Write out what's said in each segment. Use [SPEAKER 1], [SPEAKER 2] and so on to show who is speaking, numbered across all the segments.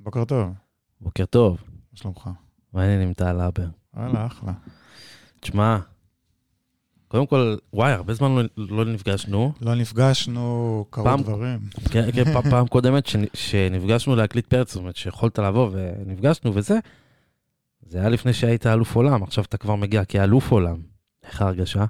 [SPEAKER 1] בוקר טוב,
[SPEAKER 2] בוקר טוב,
[SPEAKER 1] מה שלומך?
[SPEAKER 2] מעניינים טל הבר.
[SPEAKER 1] וואלה, אחלה.
[SPEAKER 2] תשמע, קודם כל, וואי, הרבה זמן לא נפגשנו.
[SPEAKER 1] לא נפגשנו, קרו
[SPEAKER 2] פעם-
[SPEAKER 1] דברים.
[SPEAKER 2] כן, פעם קודמת שנפגשנו להקליט פרץ, זאת אומרת שיכולת לבוא ונפגשנו וזה, זה היה לפני שהיית אלוף עולם, עכשיו אתה כבר מגיע כאלוף עולם. איך ההרגשה?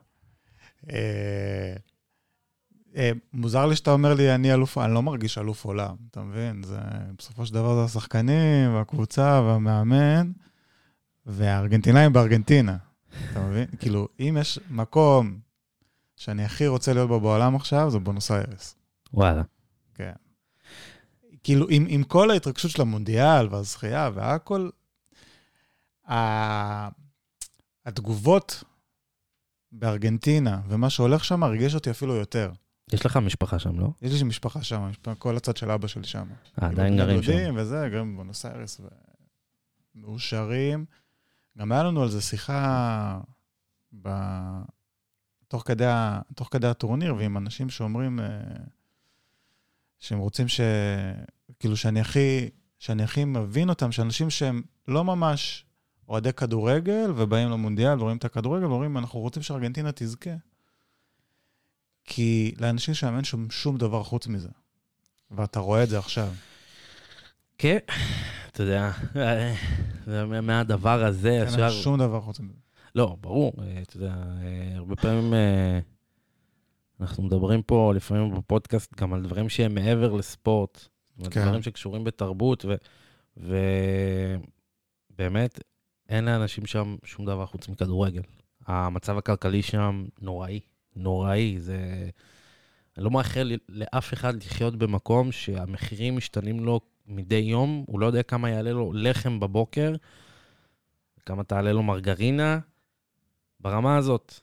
[SPEAKER 1] מוזר לי שאתה אומר לי, אני לא מרגיש אלוף עולם, אתה מבין? בסופו של דבר זה השחקנים, והקבוצה, והמאמן, והארגנטינאים בארגנטינה. אתה מבין? כאילו, אם יש מקום שאני הכי רוצה להיות בו בעולם עכשיו, זה בונוס איירס.
[SPEAKER 2] וואלה.
[SPEAKER 1] כן. כאילו, עם כל ההתרגשות של המונדיאל והזכייה והכל, התגובות בארגנטינה ומה שהולך שם הרגיש אותי אפילו יותר.
[SPEAKER 2] יש לך משפחה שם, לא?
[SPEAKER 1] יש לי משפחה שם, כל הצד של אבא שלי שם.
[SPEAKER 2] עדיין גרים שם.
[SPEAKER 1] וזה, גם בונוס איירס, ומאושרים. גם היה לנו על זה שיחה תוך כדי הטורניר, ועם אנשים שאומרים שהם רוצים כאילו שאני הכי מבין אותם, שאנשים שהם לא ממש אוהדי כדורגל, ובאים למונדיאל ורואים את הכדורגל, ואומרים, אנחנו רוצים שארגנטינה תזכה. כי לאנשים שם אין שום דבר חוץ מזה. ואתה רואה את זה עכשיו.
[SPEAKER 2] כן, אתה יודע, מהדבר הזה,
[SPEAKER 1] אין שום דבר חוץ מזה.
[SPEAKER 2] לא, ברור, אתה יודע, הרבה פעמים אנחנו מדברים פה, לפעמים בפודקאסט, גם על דברים שהם מעבר לספורט, זאת אומרת,
[SPEAKER 1] כן.
[SPEAKER 2] דברים שקשורים בתרבות, ובאמת, אין לאנשים שם שום דבר חוץ מכדורגל. המצב הכלכלי שם נוראי, זה... אני לא מאחל לאף אחד לחיות במקום שהמחירים משתנים לו מדי יום, הוא לא יודע כמה יעלה לו לחם בבוקר, כמה תעלה לו מרגרינה, ברמה הזאת.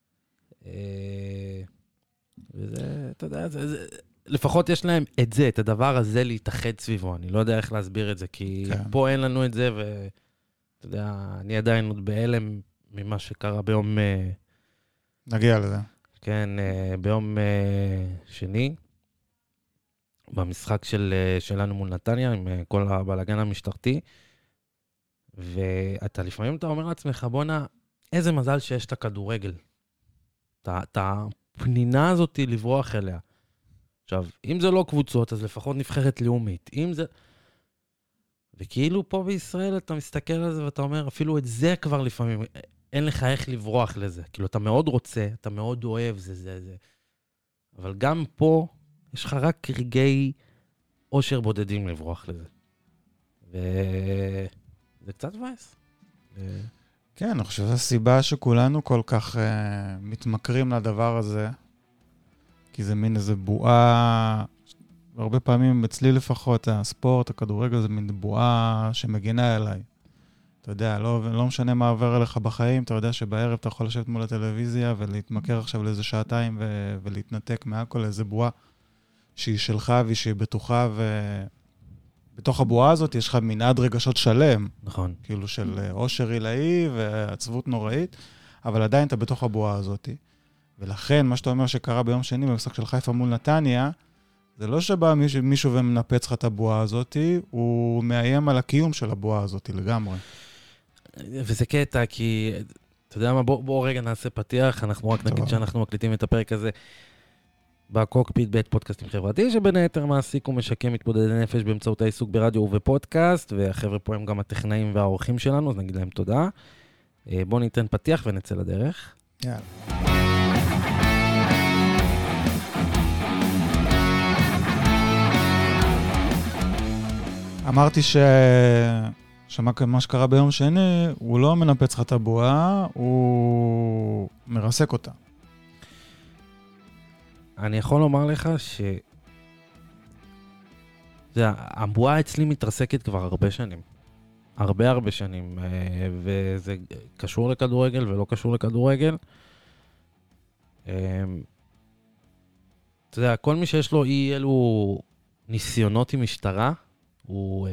[SPEAKER 2] וזה, אתה יודע, לפחות יש להם את זה, את הדבר הזה להתאחד סביבו. אני לא יודע איך להסביר את זה, כי
[SPEAKER 1] כן.
[SPEAKER 2] פה אין לנו את זה, ואתה יודע, אני עדיין עוד בהלם ממה שקרה ביום...
[SPEAKER 1] נגיע לזה.
[SPEAKER 2] כן, ביום שני, במשחק שלנו מול נתניה, עם כל הבלגן המשטרתי, ואתה לפעמים אתה אומר לעצמך, בונה, איזה מזל שיש את הכדורגל. את הפנינה הזאת לברוח אליה. עכשיו, אם זה לא קבוצות, אז לפחות נבחרת לאומית. אם זה... וכאילו פה בישראל אתה מסתכל על זה ואתה אומר, אפילו את זה כבר לפעמים, אין לך איך לברוח לזה. כאילו, אתה מאוד רוצה, אתה מאוד אוהב, זה. אבל גם פה, יש לך רק רגעי אושר בודדים לברוח לזה. וזה קצת וייס.
[SPEAKER 1] כן, אני חושב שזו הסיבה שכולנו כל כך מתמכרים לדבר הזה, כי זה מין איזו בועה, הרבה פעמים אצלי לפחות, הספורט, הכדורגל, זה מין בועה שמגינה אליי. אתה יודע, לא משנה מה עובר אליך בחיים, אתה יודע שבערב אתה יכול לשבת מול הטלוויזיה ולהתמכר עכשיו לאיזה שעתיים ולהתנתק מהכל, איזה בועה שהיא שלך ושהיא בטוחה, ובתוך הבועה הזאת יש לך מנעד רגשות שלם.
[SPEAKER 2] נכון.
[SPEAKER 1] כאילו של אושר עילאי ועצבות נוראית, אבל עדיין אתה בתוך הבועה הזאת. ולכן, מה שאתה אומר שקרה ביום שני במשחק של חיפה מול נתניה, זה לא שבא מישהו ומנפץ לך את הבועה הזאת, הוא מאיים על הקיום של הבועה הזאת לגמרי.
[SPEAKER 2] וזה קטע, כי, אתה יודע מה, בוא רגע נעשה פתיח, אנחנו רק נגיד שאנחנו מקליטים את הפרק הזה בקוקפיט בית פודקאסטים חברתי, שבין היתר מעסיק ומשקם מתמודדי נפש באמצעות העיסוק ברדיו ובפודקאסט, והחבר'ה פה הם גם הטכנאים והאורחים שלנו, אז נגיד להם תודה. בוא ניתן פתיח ונצא לדרך.
[SPEAKER 1] יאללה. אמרתי שמה שקרה ביום שני, הוא לא מנפץ לך את הבועה, הוא מרסק אותה.
[SPEAKER 2] אני יכול לומר לך הבועה אצלי מתרסקת כבר הרבה שנים. הרבה שנים, וזה קשור לכדורגל ולא קשור לכדורגל. אתה יודע, כל מי שיש לו אלו ניסיונות עם משטרה, הוא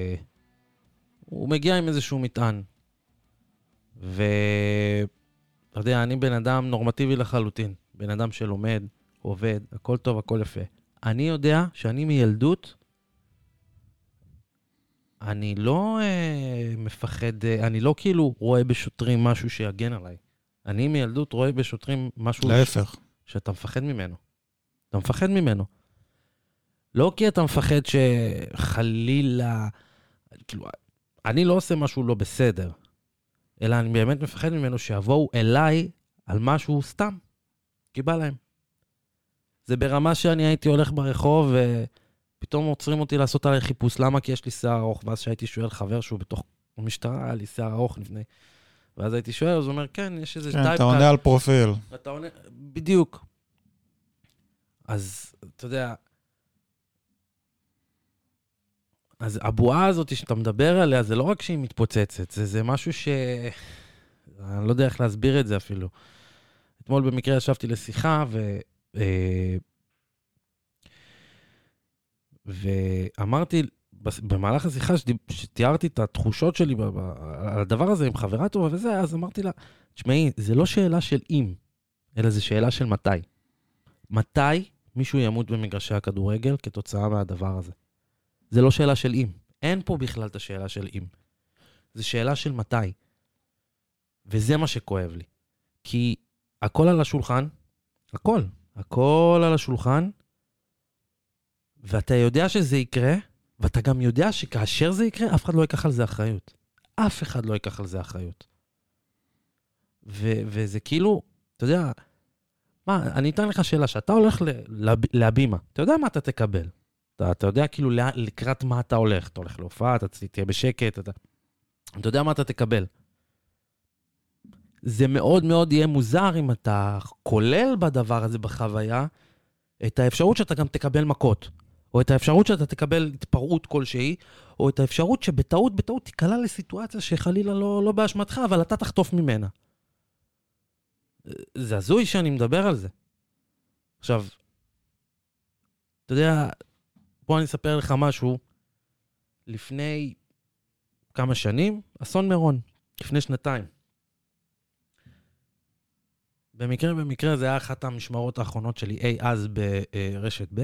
[SPEAKER 2] מגיע עם איזשהו מטען. ואתה יודע, אני בן אדם נורמטיבי לחלוטין. בן אדם שלומד, עובד, הכל טוב, הכל יפה. אני יודע שאני מילדות, אני לא מפחד, אני לא כאילו רואה בשוטרים משהו שיגן עליי. אני מילדות רואה בשוטרים משהו
[SPEAKER 1] להפך.
[SPEAKER 2] שאתה מפחד ממנו. אתה מפחד ממנו. לא כי אתה מפחד שחלילה, כאילו, אני לא עושה משהו לא בסדר, אלא אני באמת מפחד ממנו שיבואו אליי על משהו סתם, כי בא להם. זה ברמה שאני הייתי הולך ברחוב ופתאום עוצרים אותי לעשות עליי חיפוש. למה? כי יש לי שיער ארוך, ואז שהייתי שואל חבר שהוא בתוך המשטרה, היה לי שיער ארוך לפני. ואז הייתי שואל, אז הוא אומר, כן, יש איזה טייפ.
[SPEAKER 1] כן, אתה עונה על פרופיל.
[SPEAKER 2] אתה עונה, בדיוק. אז, אתה יודע, אז הבועה הזאת שאתה מדבר עליה, זה לא רק שהיא מתפוצצת, זה משהו אני לא יודע איך להסביר את זה אפילו. אתמול במקרה ישבתי לשיחה, ואמרתי, במהלך השיחה שתיארתי את התחושות שלי על הדבר הזה עם חברה טובה וזה, אז אמרתי לה, תשמעי, זה לא שאלה של אם, אלא זה שאלה של מתי. מתי מישהו ימות במגרשי הכדורגל כתוצאה מהדבר הזה? זה לא שאלה של אם. אין פה בכלל את השאלה של אם. זה שאלה של מתי. וזה מה שכואב לי. כי הכל על השולחן, הכל על השולחן, ואתה יודע שזה יקרה, ואתה גם יודע שכאשר זה יקרה, אף אחד לא ייקח על זה אחריות. אף אחד לא ייקח על זה אחריות. וזה כאילו, אתה יודע, מה, אני אתן לך שאלה, שאתה הולך להבימה, אתה יודע מה אתה תקבל. אתה יודע כאילו לקראת מה אתה הולך. אתה הולך להופעה, אתה תהיה בשקט, אתה יודע מה אתה תקבל. זה מאוד מאוד יהיה מוזר אם אתה כולל בדבר הזה בחוויה, את האפשרות שאתה גם תקבל מכות, או את האפשרות שאתה תקבל התפרעות כלשהי, או את האפשרות שבטעות תיקלה לסיטואציה שחלילה לא באשמתך, אבל אתה תחטוף ממנה. זה הזוי שאני מדבר על זה. עכשיו, אתה יודע, בוא אני אספר לך משהו. לפני כמה שנים, אסון מירון, לפני שנתיים. במקרה זה היה אחת המשמרות האחרונות שלי אי אז ברשת ב'.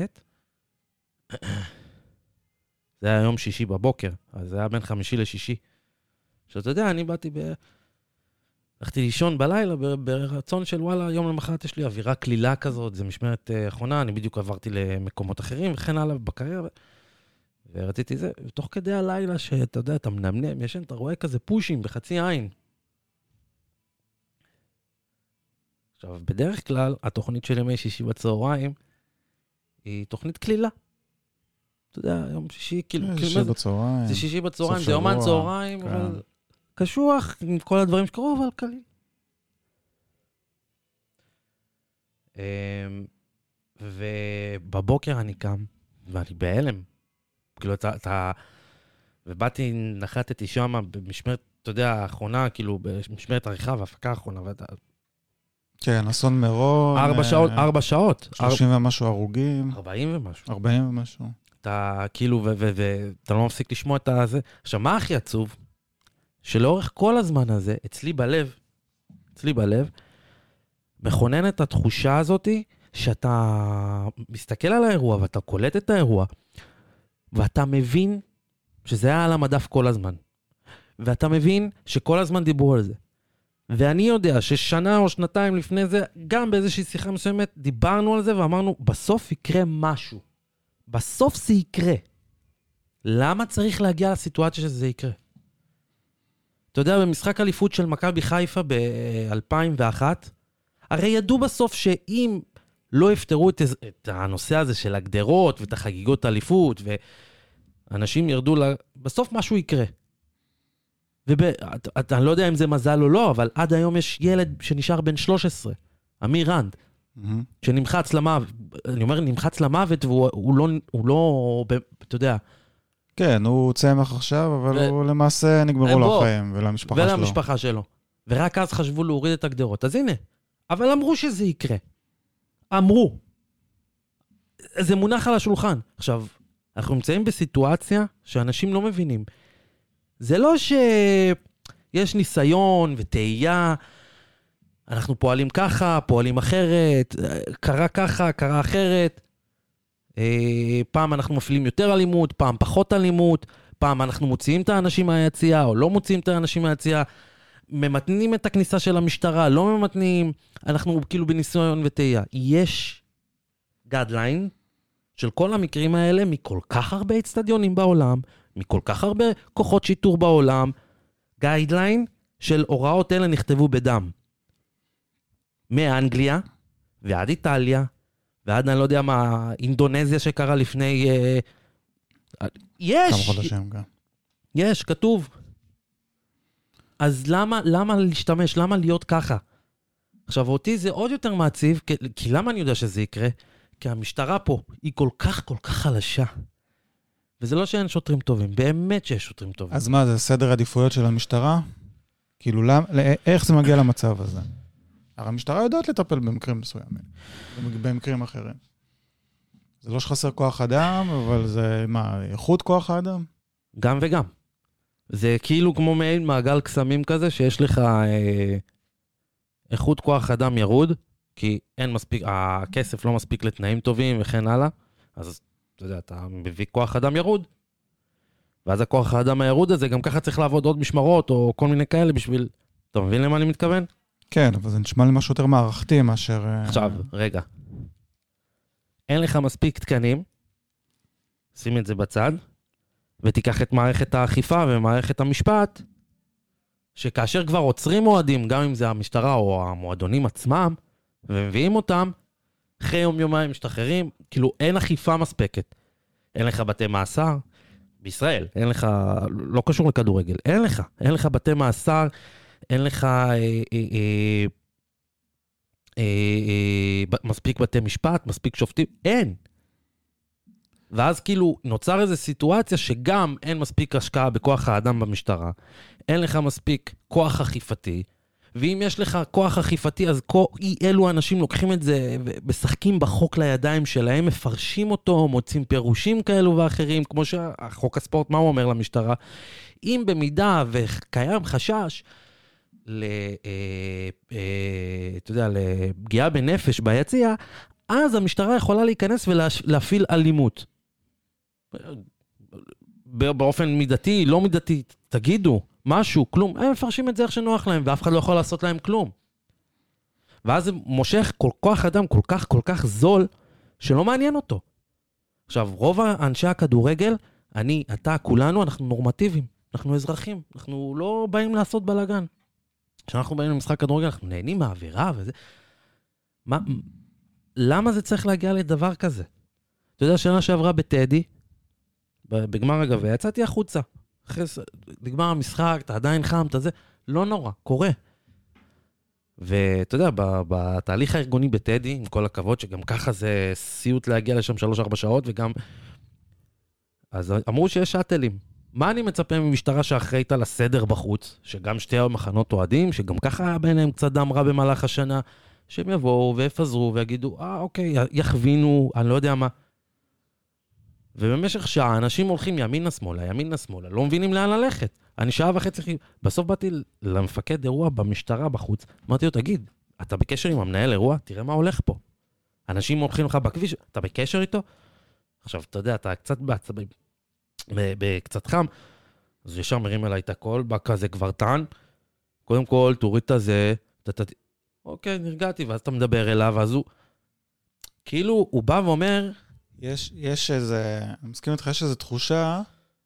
[SPEAKER 2] זה היה יום שישי בבוקר, אז זה היה בין חמישי לשישי. שאתה יודע, אני הלכתי לישון בלילה ברצון של וואלה, יום למחרת יש לי אווירה כלילה כזאת, זה משמרת אחרונה, אני בדיוק עברתי למקומות אחרים וכן הלאה בקריירה, ורציתי זה, ותוך כדי הלילה שאתה יודע, אתה מנמנם, ישן, אתה רואה כזה פושים בחצי עין. עכשיו, בדרך כלל, התוכנית של ימי שישי בצהריים, היא תוכנית כלילה. אתה יודע, יום שישי,
[SPEAKER 1] שישי בצהריים.
[SPEAKER 2] זה שישי בצהריים, זה יומן צהריים, אבל קשוח עם כל הדברים שקרו, אבל קליל. ובבוקר אני קם, ואני בהלם. כאילו, ובאתי, נחתתי שם במשמרת, אתה יודע, האחרונה, כאילו, במשמרת עריכה והפקה האחרונה,
[SPEAKER 1] כן, אסון מירון.
[SPEAKER 2] 4 שעות.
[SPEAKER 1] 30 ומשהו הרוגים.
[SPEAKER 2] 40 ומשהו.
[SPEAKER 1] 40 ומשהו.
[SPEAKER 2] אתה כאילו, ואתה לא מפסיק לשמוע את זה. עכשיו, מה הכי עצוב? שלאורך כל הזמן הזה, אצלי בלב, מכונן את התחושה הזאת, שאתה מסתכל על האירוע, ואתה קולט את האירוע, ואתה מבין שזה היה על המדף כל הזמן. ואתה מבין שכל הזמן דיברו על זה. ואני יודע ששנה או שנתיים לפני זה, גם באיזושהי שיחה מסוימת, דיברנו על זה ואמרנו, בסוף יקרה משהו. בסוף זה יקרה. למה צריך להגיע לסיטואציה שזה יקרה? אתה יודע, במשחק אליפות של מכבי חיפה ב-2001, הרי ידעו בסוף שאם לא יפתרו את הנושא הזה של הגדרות ואת החגיגות אליפות, ואנשים ירדו, בסוף משהו יקרה. אני לא יודע אם זה מזל או לא, אבל עד היום יש ילד שנשאר בן 13, אמיר רנד, שנמחץ למוות, אני אומר נמחץ למוות, והוא לא, אתה יודע.
[SPEAKER 1] כן, הוא צמח עכשיו, אבל הוא למעשה נגמרו לו החיים,
[SPEAKER 2] ולמשפחה שלו. ורק אז חשבו להוריד את הגדרות. אז הנה, אבל אמרו שזה יקרה. אמרו. זה מונח על השולחן. עכשיו, אנחנו נמצאים בסיטואציה שאנשים לא מבינים. זה לא שיש ניסיון ותהייה, אנחנו פועלים ככה, פועלים אחרת, קרה ככה, קרה אחרת, פעם אנחנו מפעילים יותר אלימות, פעם פחות אלימות, פעם אנחנו מוציאים את האנשים מהיציאה, או לא מוציאים את האנשים מהיציאה, ממתנים את הכניסה של המשטרה, לא ממתנים, אנחנו כאילו בניסיון וטעייה. יש גאדליין של כל המקרים האלה, מכל כך הרבה אצטדיונים בעולם, מכל כך הרבה כוחות שיטור בעולם, גאדליין של הוראות אלה נכתבו בדם. מאנגליה, ועד איטליה, ועד אני לא יודע מה, אינדונזיה שקרה לפני... יש!
[SPEAKER 1] כמה חודשים גם.
[SPEAKER 2] יש, כתוב. אז למה להשתמש? למה להיות ככה? עכשיו, אותי זה עוד יותר מעציב, כי למה אני יודע שזה יקרה? כי המשטרה פה היא כל כך חלשה. וזה לא שאין שוטרים טובים, באמת שיש שוטרים טובים.
[SPEAKER 1] אז מה, זה סדר עדיפויות של המשטרה? כאילו, איך זה מגיע למצב הזה? הרי המשטרה יודעת לטפל במקרים מסוימים, במקרים אחרים. זה לא שחסר כוח אדם, אבל זה מה, איכות כוח האדם?
[SPEAKER 2] גם וגם. זה כאילו כמו מעין מעגל קסמים כזה, שיש לך איכות כוח אדם ירוד, כי אין מספיק, הכסף לא מספיק לתנאים טובים וכן הלאה, אז אתה יודע, אתה מביא כוח אדם ירוד, ואז הכוח האדם הירוד הזה, גם ככה צריך לעבוד עוד משמרות, או כל מיני כאלה בשביל, אתה מבין למה אני מתכוון?
[SPEAKER 1] כן, אבל זה נשמע לי משהו יותר מערכתי מאשר...
[SPEAKER 2] עכשיו, רגע. אין לך מספיק תקנים, שים את זה בצד, ותיקח את מערכת האכיפה ומערכת המשפט, שכאשר כבר עוצרים מועדים, גם אם זה המשטרה או המועדונים עצמם, ומביאים אותם, אחרי יום-יומיים משתחררים, כאילו אין אכיפה מספקת. אין לך בתי מאסר, בישראל, אין לך, לא קשור לכדורגל, אין לך בתי מאסר, אין לך מספיק בתי משפט, מספיק שופטים, אין. ואז כאילו נוצר איזו סיטואציה שגם אין מספיק השקעה בכוח האדם במשטרה, אין לך מספיק כוח אכיפתי, ואם יש לך כוח אכיפתי, אז אלו אנשים לוקחים את זה ומשחקים בחוק לידיים שלהם, מפרשים אותו, מוצאים פירושים כאלו ואחרים, כמו שהחוק הספורט, מה הוא אומר למשטרה? אם במידה וקיים חשש אתה יודע, לפגיעה בנפש ביציאה, אז המשטרה יכולה להיכנס ולהפעיל אלימות. באופן מידתי, לא מידתי, תגידו, משהו, כלום. הם מפרשים את זה איך שנוח להם, ואף אחד לא יכול לעשות להם כלום. ואז זה מושך כוח אדם כל כך זול, שלא מעניין אותו. עכשיו, רוב אנשי הכדורגל, אתה, כולנו, אנחנו נורמטיביים, אנחנו אזרחים, אנחנו לא באים לעשות בלגן. כשאנחנו באים למשחק כדורגל, אנחנו נהנים מהאווירה וזה. למה זה צריך להגיע לדבר כזה? אתה יודע, שנה שעברה בטדי, בגמר הגביע, יצאתי החוצה. בגמר המשחק, אתה עדיין חם, אתה זה, לא נורא, קורה. ואתה יודע, בתהליך הארגוני בטדי, עם כל הכבוד, שגם ככה זה סיוט להגיע לשם 3-4 שעות, וגם... אז אמרו שיש שאטלים. מה אני מצפה ממשטרה שאחראית על הסדר בחוץ, שגם שתי המחנות אוהדים, שגם ככה היה ביניהם קצת דם רע במהלך השנה, שהם יבואו ויפזרו ויגידו, אוקיי, יכווינו, אני לא יודע מה. ובמשך שעה אנשים הולכים ימינה-שמאלה, לא מבינים לאן ללכת. אני שעה וחצי, בסוף באתי למפקד אירוע במשטרה בחוץ, אמרתי לו, תגיד, אתה בקשר עם המנהל אירוע? תראה מה הולך פה. אנשים הולכים לך בכביש, אתה בקשר איתו? עכשיו, אתה יודע, אתה קצת בעצבים, בקצת חם, אז ישר מרים אליי את הכל, בא כזה גברתן, קודם כל, תוריד את זה, אוקיי, נרגעתי, ואז אתה מדבר אליו, אז הוא, כאילו, הוא בא ואומר,
[SPEAKER 1] יש איזה, אני מסכים איתך, יש איזו תחושה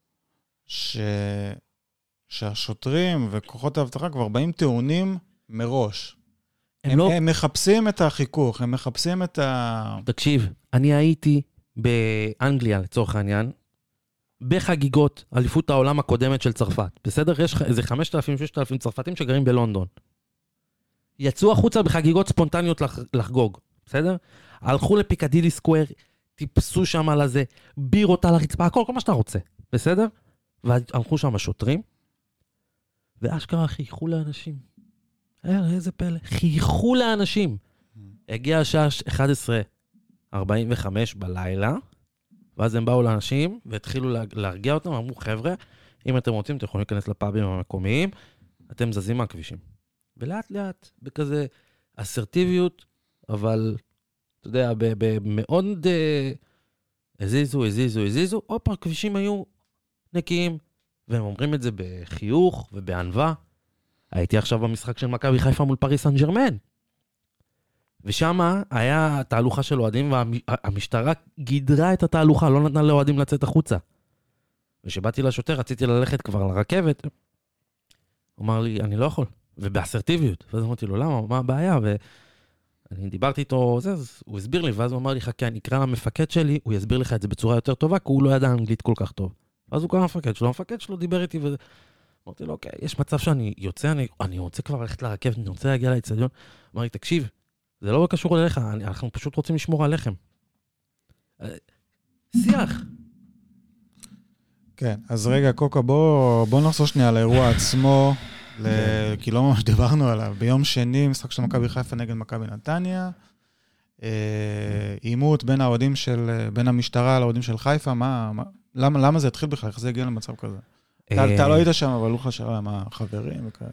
[SPEAKER 1] שהשוטרים וכוחות האבטחה כבר באים טעונים מראש. הם מחפשים את החיכוך, הם מחפשים את
[SPEAKER 2] תקשיב, אני הייתי באנגליה, לצורך העניין, בחגיגות אליפות העולם הקודמת של צרפת. בסדר? יש איזה 5,000-6,000 צרפתים שגרים בלונדון. יצאו החוצה בחגיגות ספונטניות לחגוג. בסדר? הלכו לפיקדילי סקוואר, טיפסו שם על הזה, בירות על הרצפה, כל מה שאתה רוצה. בסדר? והלכו שם השוטרים, ואשכרה חייכו לאנשים. איזה פלא. חייכו לאנשים. הגיע השעה 11:45 בלילה, ואז הם באו לאנשים, והתחילו להרגיע אותם, אמרו, חבר'ה, אם אתם רוצים, אתם יכולים להיכנס לפאבים המקומיים, אתם זזים מהכבישים. ולאט לאט, בכזה אסרטיביות, אבל, אתה יודע, במאוד הזיזו, הופ, הכבישים היו נקיים, והם אומרים את זה בחיוך ובענווה. הייתי עכשיו במשחק של מכבי חיפה מול פריס סן ז'רמן. ושם היה תהלוכה של אוהדים, והמשטרה גידרה את התהלוכה, לא נתנה לאוהדים לצאת החוצה. ושבאתי לשוטר, רציתי ללכת כבר לרכבת, הוא אמר לי, אני לא יכול, ובאסרטיביות. ואז אמרתי לו, למה? מה הבעיה? ואני דיברתי איתו, אז הוא הסביר לי, ואז הוא אמר לי, חכה, אני אקרא למפקד שלי, הוא יסביר לך את זה בצורה יותר טובה, כי הוא לא ידע אנגלית כל כך טוב. אז הוא קרא למפקד שלו, המפקד שלו דיבר איתי, אמרתי לו, אוקיי, יש מצב שאני יוצא, אני רוצה כבר ללכת לרכבת, אני רוצה להגיע לאצטדיון. אמר לי, תקשיב, זה לא קשור אליך, אנחנו פשוט רוצים לשמור עליכם. שיח.
[SPEAKER 1] כן, אז רגע, קוקה, בוא נחזור שנייה על האירוע עצמו, כי לא ממש דיברנו עליו. ביום שני, משחק של מכבי חיפה נגד מכבי נתניה, עימות בין האוהדים בין המשטרה לאוהדים של חיפה, למה זה התחיל בכלל? איך זה הגיע למצב כזה? אתה לא היית שם, אבל לא חשב מה חברים וכאלה.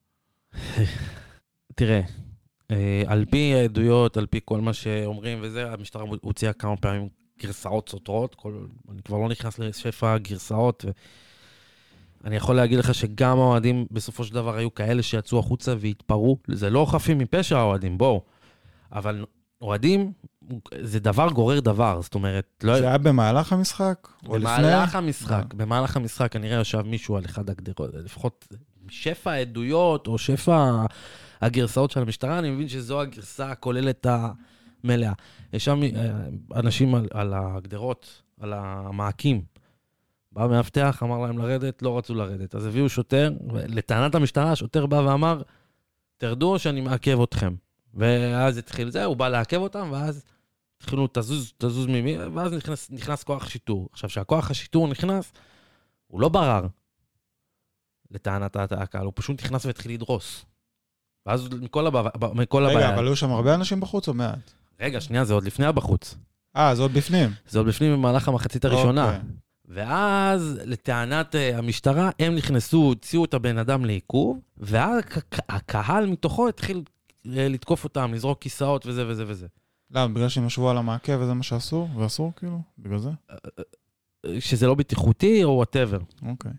[SPEAKER 2] תראה, על פי העדויות, על פי כל מה שאומרים וזה, המשטרה הוציאה כמה פעמים גרסאות סותרות, אני כבר לא נכנס לשפע גרסאות, ואני יכול להגיד לך שגם האוהדים בסופו של דבר היו כאלה שיצאו החוצה והתפרו, זה לא חפים מפשע האוהדים, בואו, אבל אוהדים זה דבר גורר דבר, זאת אומרת...
[SPEAKER 1] זה היה במהלך המשחק?
[SPEAKER 2] במהלך המשחק כנראה יושב מישהו על אחד הגדרות, לפחות שפע העדויות או שפע הגרסאות של המשטרה, אני מבין שזו הגרסה הכוללת המלאה. יש שם אנשים על הגדרות, על המעקים. בא מאבטח, אמר להם לרדת, לא רצו לרדת. אז הביאו שוטר, לטענת המשטרה, השוטר בא ואמר, תרדו שאני מעכב אתכם. ואז התחיל זה, הוא בא לעכב אותם, ואז התחילו תזוז ממי, ואז נכנס כוח השיטור. עכשיו, שהכוח השיטור נכנס, הוא לא ברר לטענת הקהל, הוא פשוט נכנס והתחיל לדרוס. ואז מכל הבעיה...
[SPEAKER 1] רגע, אבל היו שם הרבה אנשים בחוץ או מעט?
[SPEAKER 2] רגע, שנייה, זה עוד לפני הבחוץ.
[SPEAKER 1] זה עוד בפנים?
[SPEAKER 2] זה עוד בפנים במהלך המחצית הראשונה. ואז לטענת המשטרה, הם נכנסו, הוציאו את הבן אדם לעיכוב, ואז הקהל מתוכו התחיל לתקוף אותם, לזרוק כיסאות וזה וזה וזה.
[SPEAKER 1] למה? בגלל שהם ישבו על המעקב וזה מה שאסור? ואסור כאילו? בגלל זה?
[SPEAKER 2] שזה לא בטיחותי או whatever.
[SPEAKER 1] אוקיי.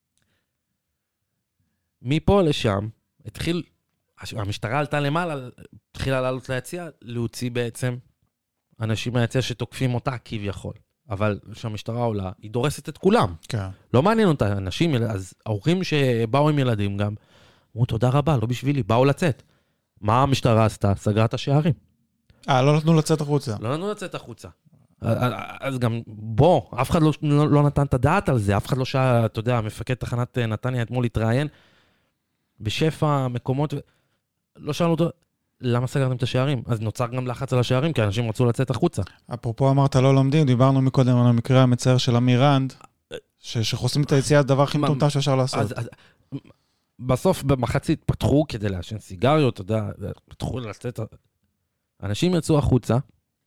[SPEAKER 2] מפה לשם, המשטרה עלתה למעלה, התחילה לעלות ליציאה, להוציא בעצם אנשים מהיציאה שתוקפים אותה כביכול. אבל כשהמשטרה עולה, היא דורסת את כולם.
[SPEAKER 1] כן.
[SPEAKER 2] לא מעניין אותה, אנשים, אז ההורים שבאו עם ילדים גם, אמרו, תודה רבה, לא בשבילי, באו לצאת. מה המשטרה עשתה? סגרה את השערים.
[SPEAKER 1] לא נתנו לצאת החוצה.
[SPEAKER 2] לא נתנו לצאת החוצה. אז גם, אף אחד לא נתן את הדעת על זה, אף אחד לא שעה, אתה יודע, מפקד תחנת נתניה אתמול התראיין, בשפע מקומות, לא שאלנו אותו, למה סגרתם את השערים? אז נוצר גם לחץ על השערים, כי אנשים רצו לצאת החוצה.
[SPEAKER 1] אפרופו אמרת לא לומדים, דיברנו מקודם על המקרה המצער של אמיר רנד, שחוסמים את היציאה, הדבר הכי מטומטם שאפשר לעשות.
[SPEAKER 2] בסוף במחצית פתחו כדי לעשן סיגריות, אתה יודע, פתחו לצאת, אנשים יצאו החוצה,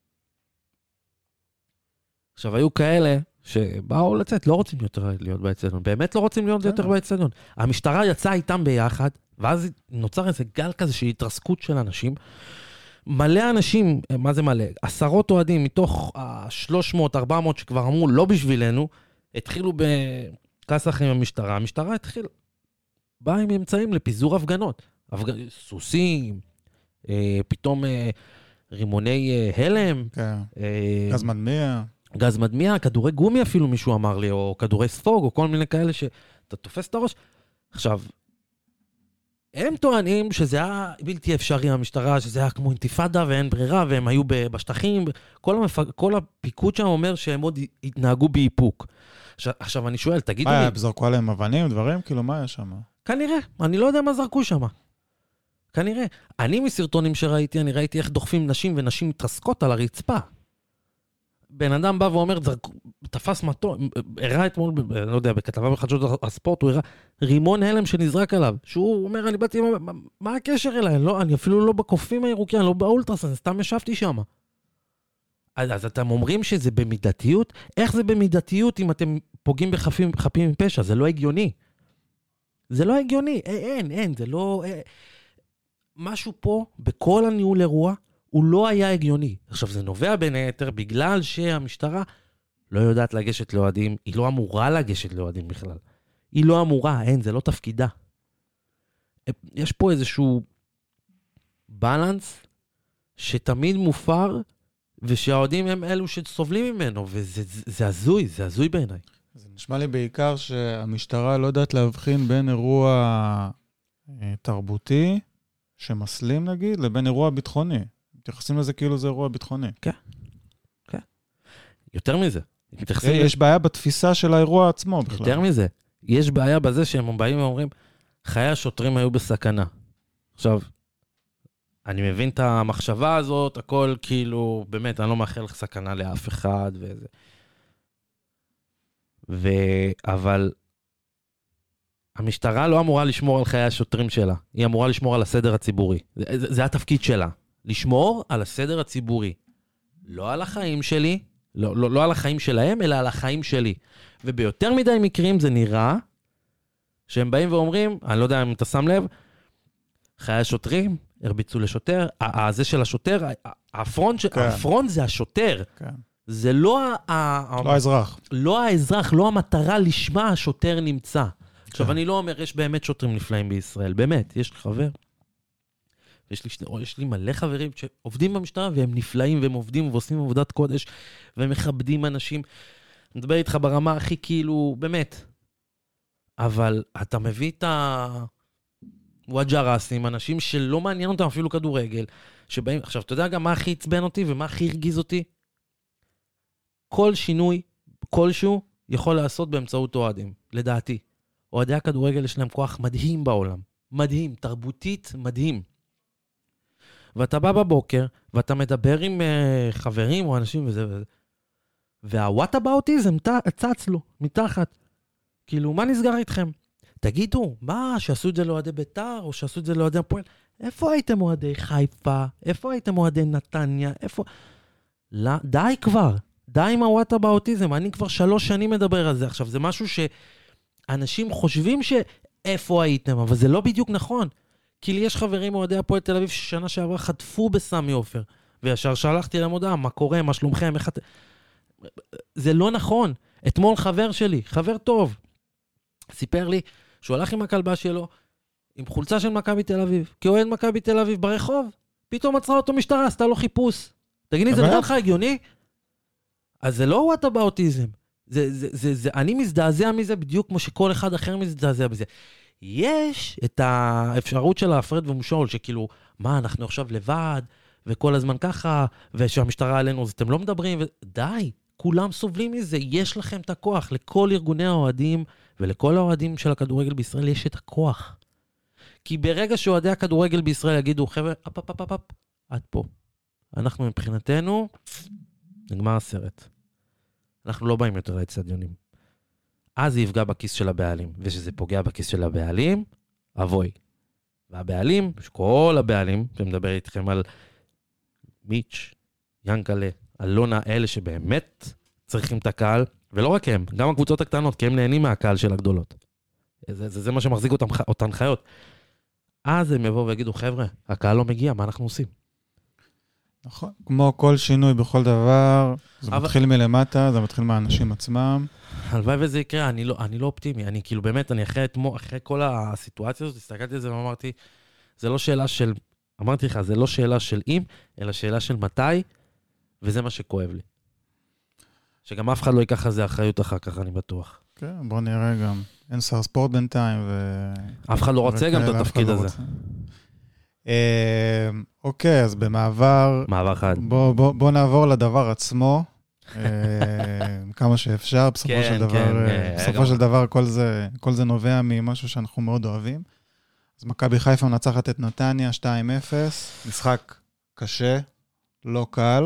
[SPEAKER 2] עכשיו היו כאלה שבאו לצאת, לא רוצים יותר להיות באצטדיון, באמת לא רוצים להיות יותר באצטדיון. המשטרה יצאה איתם ביחד, ואז נוצר איזה גל כזה של התרסקות של אנשים, מלא אנשים, מה זה מלא? עשרות אוהדים מתוך ה-300-400 שכבר אמרו לא בשבילנו, התחילו בכסח עם המשטרה, המשטרה התחילה, באה עם אמצעים לפיזור הפגנות, סוסים, פתאום רימוני הלם,
[SPEAKER 1] גז מדמיע.
[SPEAKER 2] גז מדמיע, כדורי גומי אפילו מישהו אמר לי, או כדורי ספוג, או כל מיני כאלה שאתה תופס את הראש. עכשיו, הם טוענים שזה היה בלתי אפשרי המשטרה, שזה היה כמו אינתיפאדה ואין ברירה, והם היו בשטחים, כל הפיקוד שם אומר שהם עוד התנהגו באיפוק. עכשיו אני שואל, תגידו לי...
[SPEAKER 1] מה, זרקו עליהם אבנים, דברים? כאילו, מה היה שם?
[SPEAKER 2] כנראה, אני לא יודע מה זרקו שם. כנראה. אני מסרטונים שראיתי, אני ראיתי איך דוחפים נשים, ונשים מתרסקות על הרצפה. בן אדם בא ואומר, תפס מטון, הראה אתמול, לא יודע, בכתבה בחדשות הספורט, הוא הראה רימון הלם שנזרק עליו, שהוא אומר, אני באתי, מה הקשר אליי? לא, אני אפילו לא בקופים הירוקים, לא באולטרסן, סתם ישבתי שם. אז אתם אומרים שזה במידתיות? איך זה במידתיות אם אתם פוגעים בחפים מפשע? זה לא הגיוני. זה לא הגיוני, אין, זה לא... משהו פה, בכל הניהול אירוע, הוא לא היה הגיוני. עכשיו, זה נובע בין היתר בגלל שהמשטרה לא יודעת לגשת לאוהדים, היא לא אמורה לגשת לאוהדים בכלל. היא לא אמורה, אין, זה לא תפקידה. יש פה איזשהו בלנס שתמיד מופר, ושהאוהדים הם אלו שסובלים ממנו, וזה הזוי, זה הזוי בעיניי.
[SPEAKER 1] זה נשמע לי בעיקר שהמשטרה לא יודעת להבחין בין אירוע תרבותי, שמסלים נגיד, לבין אירוע ביטחוני. מתייחסים לזה כאילו זה אירוע ביטחוני.
[SPEAKER 2] כן, כן. יותר מזה.
[SPEAKER 1] יש בעיה בתפיסה של האירוע עצמו בכלל.
[SPEAKER 2] יותר מזה. יש בעיה בזה שהם באים ואומרים, חיי השוטרים היו בסכנה. עכשיו, אני מבין את המחשבה הזאת, הכל כאילו, באמת, אני לא מאחל לך סכנה לאף אחד וזה. אבל המשטרה לא אמורה לשמור על חיי השוטרים שלה, היא אמורה לשמור על הסדר הציבורי. זה התפקיד שלה, לשמור על הסדר הציבורי. לא על החיים שלי, לא על החיים שלהם, אלא על החיים שלי. וביותר מדי מקרים זה נראה שהם באים ואומרים, אני לא יודע אם אתה שם לב, חיי השוטרים, הרביצו לשוטר, זה של השוטר, הפרונט זה השוטר.
[SPEAKER 1] כן.
[SPEAKER 2] זה לא
[SPEAKER 1] האזרח.
[SPEAKER 2] לא האזרח, לא המטרה לשמה השוטר נמצא. עכשיו, אני לא אומר, יש באמת שוטרים נפלאים בישראל, באמת, יש לי חבר. יש לי מלא חברים שעובדים במשטרה, והם נפלאים, והם עובדים ועושים עבודת קודש, והם מכבדים אנשים. אני מדבר איתך ברמה הכי כאילו, באמת. אבל אתה מביא את וואג'רסים, אנשים שלא מעניין אותם אפילו כדורגל, שבאים, עכשיו, אתה יודע גם מה הכי עצבן אותי, ומה הכי הרגיז אותי? כל שינוי, כלשהו, יכול לעשות באמצעות אוהדים, לדעתי. אוהדי הכדורגל יש להם כוח מדהים בעולם. מדהים, תרבותית מדהים. ואתה בא בבוקר, ואתה מדבר עם חברים או אנשים וזה וזה. והוואטאבאוטיזם צץ לו, מתחת. כאילו, מה נסגר איתכם? תגידו, מה, שעשו את זה לאוהדי בית"ר, או שעשו את זה לאוהדי הפועל? איפה הייתם אוהדי חיפה? איפה הייתם אוהדי נתניה? איפה? לא, די כבר. די עם הוואטאבאוטיזם. אני כבר 3 שנים מדבר על זה. עכשיו, זה משהו שאנשים חושבים שאיפה הייתם, אבל זה לא בדיוק נכון. כי לי יש חברים אוהדי הפועל תל אביב ששנה שעברה חטפו בסמי עופר, וישר שלחתי להם הודעה, מה קורה, מה שלומכם, איך אתם... זה לא נכון. אתמול חבר שלי, חבר טוב, סיפר לי שהוא הלך עם הכלבה שלו, עם חולצה של מכבי תל אביב, כאוהד מכבי תל אביב ברחוב, פתאום עצרה אותו משטרה, עשתה לו חיפוש. תגיד לי, זה נראה לך הגיוני? אז זה לא וואטאבאוטיזם. אני מזדעזע מזה בדיוק כמו שכל אחד אחר מזדעזע בזה. יש את האפשרות של ההפרד ומשול, שכאילו, מה, אנחנו עכשיו לבד, וכל הזמן ככה, ושהמשטרה עלינו, אז אתם לא מדברים, די, כולם סובלים מזה, יש לכם את הכוח, לכל ארגוני האוהדים, ולכל האוהדים של הכדורגל בישראל יש את הכוח. כי ברגע שאוהדי הכדורגל בישראל יגידו, חבר'ה, אפ, עד פה. אנחנו מבחינתנו, נגמר הסרט. אנחנו לא באים יותר לאצטדיונים. אז זה יפגע בכיס של הבעלים, ושזה פוגע בכיס של הבעלים, אבוי. והבעלים, כל הבעלים, שמדבר איתכם על מיץ', ינקלה, אלונה, אלה שבאמת צריכים את הקהל, ולא רק הם, גם הקבוצות הקטנות, כי הם נהנים מהקהל של הגדולות. זה מה שמחזיק אותן חיות. אז הם יבואו ויגידו, חבר'ה, הקהל לא מגיע, מה אנחנו עושים?
[SPEAKER 1] נכון. כמו כל שינוי בכל דבר, זה מתחיל מלמטה, זה מתחיל מהאנשים עצמם.
[SPEAKER 2] הלוואי וזה יקרה, אני לא אופטימי. אני כאילו באמת, אני אחרי כל הסיטואציה הזאת, הסתכלתי על זה ואמרתי, זה לא שאלה של, אמרתי לך, זה לא שאלה של אם, אלא שאלה של מתי, וזה מה שכואב לי. שגם אף אחד לא ייקח על זה אחריות אחר כך, אני בטוח.
[SPEAKER 1] כן, בוא נראה גם. אין שר ספורט בינתיים,
[SPEAKER 2] אף אחד לא רוצה גם את התפקיד הזה.
[SPEAKER 1] אוקיי, אז במעבר...
[SPEAKER 2] מעבר חד.
[SPEAKER 1] בוא נעבור לדבר עצמו, כמה שאפשר. בסופו של דבר, כל זה נובע ממשהו שאנחנו מאוד אוהבים. אז מכבי חיפה מנצחת את נתניה 2-0, משחק קשה, לא קל,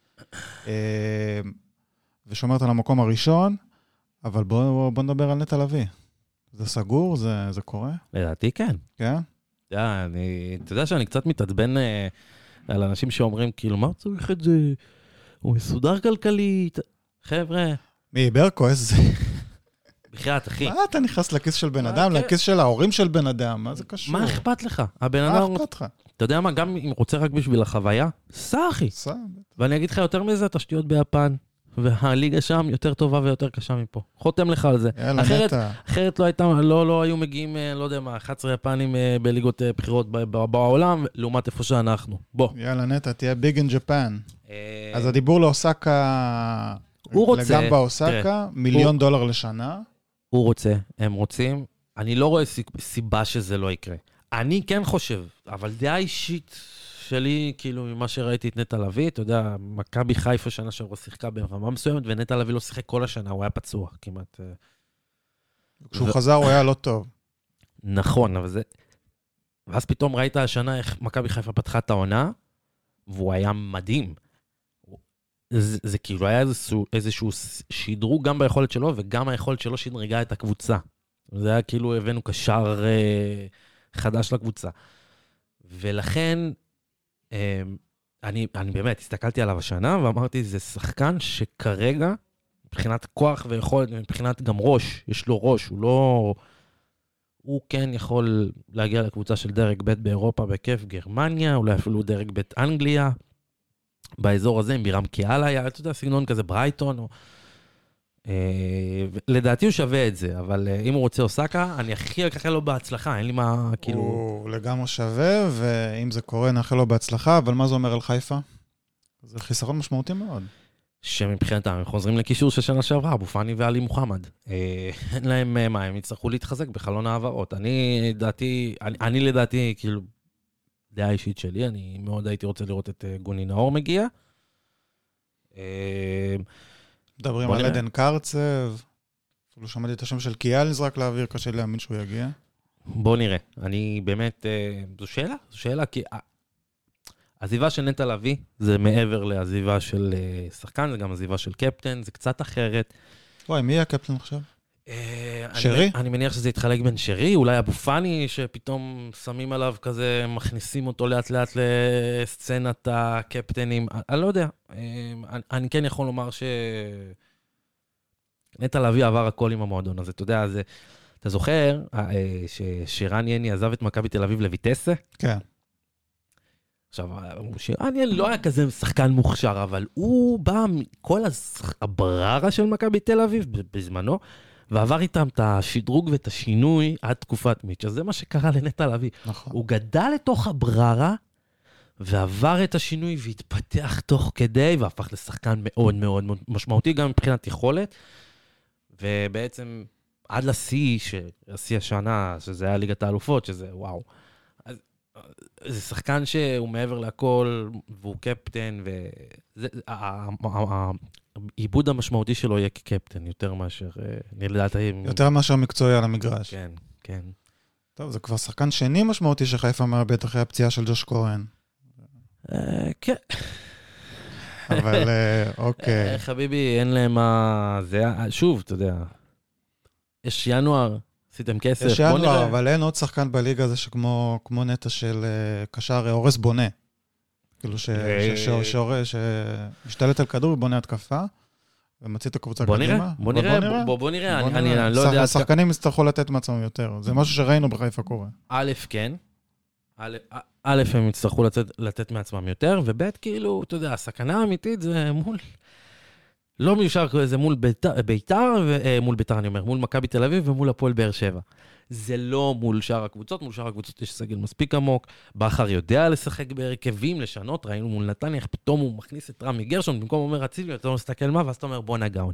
[SPEAKER 1] ושומרת על המקום הראשון, אבל בוא נדבר על נטע לביא. זה סגור? זה קורה?
[SPEAKER 2] לדעתי כן.
[SPEAKER 1] כן?
[SPEAKER 2] אתה יודע שאני קצת מתעצבן על אנשים שאומרים, כאילו, מה צריך את זה? הוא מסודר כלכלית. חבר'ה.
[SPEAKER 1] מי, ברקו, איזה...
[SPEAKER 2] בחיית, אחי.
[SPEAKER 1] מה אתה נכנס לכיס של בן אדם, לכיס של ההורים של בן אדם? מה זה קשור?
[SPEAKER 2] מה אכפת לך?
[SPEAKER 1] מה אכפת לך?
[SPEAKER 2] אתה יודע מה, גם אם רוצה רק בשביל החוויה, סע אחי. ואני אגיד לך יותר מזה, תשתיות ביפן, והליגה שם יותר טובה ויותר קשה מפה. חותם לך על זה.
[SPEAKER 1] יאללה, נטע.
[SPEAKER 2] אחרת לא היו מגיעים, לא יודע מה, 11 יפנים בליגות בחירות בעולם, לעומת איפה שאנחנו. בוא.
[SPEAKER 1] יאללה, נטע, תהיה ביג אין ג'פן. אז הדיבור לאוסקה,
[SPEAKER 2] הוא רוצה,
[SPEAKER 1] לגמבה אוסקה, $1,000,000 לשנה.
[SPEAKER 2] הוא רוצה, הם רוצים. אני לא רואה סיבה שזה לא יקרה. אני כן חושב, אבל דעה אישית שלי, כאילו, ממה שראיתי את נטע לביא, אתה יודע, מכבי חיפה שנה שעברה שיחקה ברמה מסוימת, ונטע לביא לא שיחק כל השנה, הוא היה פצוע כמעט.
[SPEAKER 1] כשהוא חזר הוא היה לא טוב.
[SPEAKER 2] נכון, אבל זה... ואז פתאום ראית השנה איך מכבי חיפה פתחה את העונה, והוא היה מדהים. זה כאילו היה איזשהו שדרוג גם ביכולת שלו, וגם היכולת שלו שדרגה את הקבוצה. זה היה כאילו הבאנו קשר חדש לקבוצה. ולכן, אני באמת הסתכלתי עליו השנה, ואמרתי, זה שחקן שכרגע, מבחינת כוח ויכולת, מבחינת גם ראש, יש לו ראש, הוא לא... הוא כן יכול להגיע לקבוצה של דרג ב' באירופה בכיף, גרמניה, אולי אפילו דרג ב' אנגליה, באזור הזה, עם בירם קיאלה, היה, אתה יודע, סגנון כזה ברייטון, או... לדעתי הוא שווה את זה, אבל אם הוא רוצה אוסקה, אני הכי אקחה לו בהצלחה, אין לי מה, כאילו...
[SPEAKER 1] הוא לגמרי שווה, ואם זה קורה, נאחל לו בהצלחה, אבל מה זה אומר על חיפה? זה חיסרון משמעותי מאוד.
[SPEAKER 2] שמבחינתם, הם חוזרים לקישור של שנה שעברה, אבו פאני ואלי מוחמד. אין להם מה, הם יצטרכו להתחזק בחלון העברות. אני לדעתי, כאילו, דעה אישית שלי, אני מאוד הייתי רוצה לראות את גוני נאור מגיע.
[SPEAKER 1] מדברים על עדן קרצב, אפילו שמעתי את השם של קיאל נזרק לאוויר, קשה להאמין שהוא יגיע.
[SPEAKER 2] בוא נראה, אני באמת, זו שאלה, כי עזיבה של נטע לביא, זה מעבר לעזיבה של שחקן, זה גם עזיבה של קפטן, זה קצת אחרת.
[SPEAKER 1] וואי, מי יהיה הקפטן עכשיו? שרי?
[SPEAKER 2] אני מניח שזה יתחלק בין שרי, אולי אבו פאני, שפתאום שמים עליו כזה, מכניסים אותו לאט לאט לסצנת הקפטנים, אני לא יודע. אני כן יכול לומר נטע לביא עבר הכל עם המועדון הזה, אתה יודע, אתה זוכר שרן יני עזב את מכבי תל אביב לויטסה?
[SPEAKER 1] כן.
[SPEAKER 2] עכשיו, שרן יני לא היה כזה שחקן מוכשר, אבל הוא בא מכל הבררה של מכבי תל אביב בזמנו, ועבר איתם את השדרוג ואת השינוי עד תקופת מיץ'. אז זה מה שקרה לנטע לביא.
[SPEAKER 1] נכון.
[SPEAKER 2] הוא גדל לתוך הבררה, ועבר את השינוי והתפתח תוך כדי, והפך לשחקן מאוד מאוד משמעותי, גם מבחינת יכולת, ובעצם עד לשיא, השיא השנה, שזה היה ליגת האלופות, שזה וואו. אז זה שחקן שהוא מעבר לכל, והוא קפטן, העיבוד המשמעותי שלו יהיה כקפטן, יותר מאשר,
[SPEAKER 1] יותר מאשר מקצועי על המגרש.
[SPEAKER 2] כן, כן.
[SPEAKER 1] טוב, זה כבר שחקן שני משמעותי שחיפה מאבד אחרי הפציעה של ג'וש כהן.
[SPEAKER 2] כן.
[SPEAKER 1] אבל אוקיי.
[SPEAKER 2] חביבי, אין להם מה... זה, שוב, אתה יודע, יש ינואר, עשיתם כסף.
[SPEAKER 1] יש ינואר, אבל אין עוד שחקן בליגה הזה שכמו נטע של קשר אורס בונה. כאילו שמשתלט על כדור ובונה התקפה, ומציא את הקבוצה קדימה.
[SPEAKER 2] בוא נראה, אני לא יודע...
[SPEAKER 1] השחקנים יצטרכו לתת מעצמם יותר. זה משהו שראינו בחיפה קורה.
[SPEAKER 2] א', כן. א', הם יצטרכו לתת מעצמם יותר, וב', כאילו, אתה יודע, הסכנה האמיתית זה מול... לא מיושר, זה מול ביתר, מול ביתר אני אומר, מול מכבי תל אביב ומול הפועל באר שבע. זה לא מול שאר הקבוצות, מול שאר הקבוצות יש סגל מספיק עמוק, בכר יודע לשחק בהרכבים, לשנות, ראינו מול נתניה, איך פתאום הוא מכניס את רמי גרשון, במקום אומר אצילי, אתה מסתכל מה, ואז אתה אומר בוא נגאון.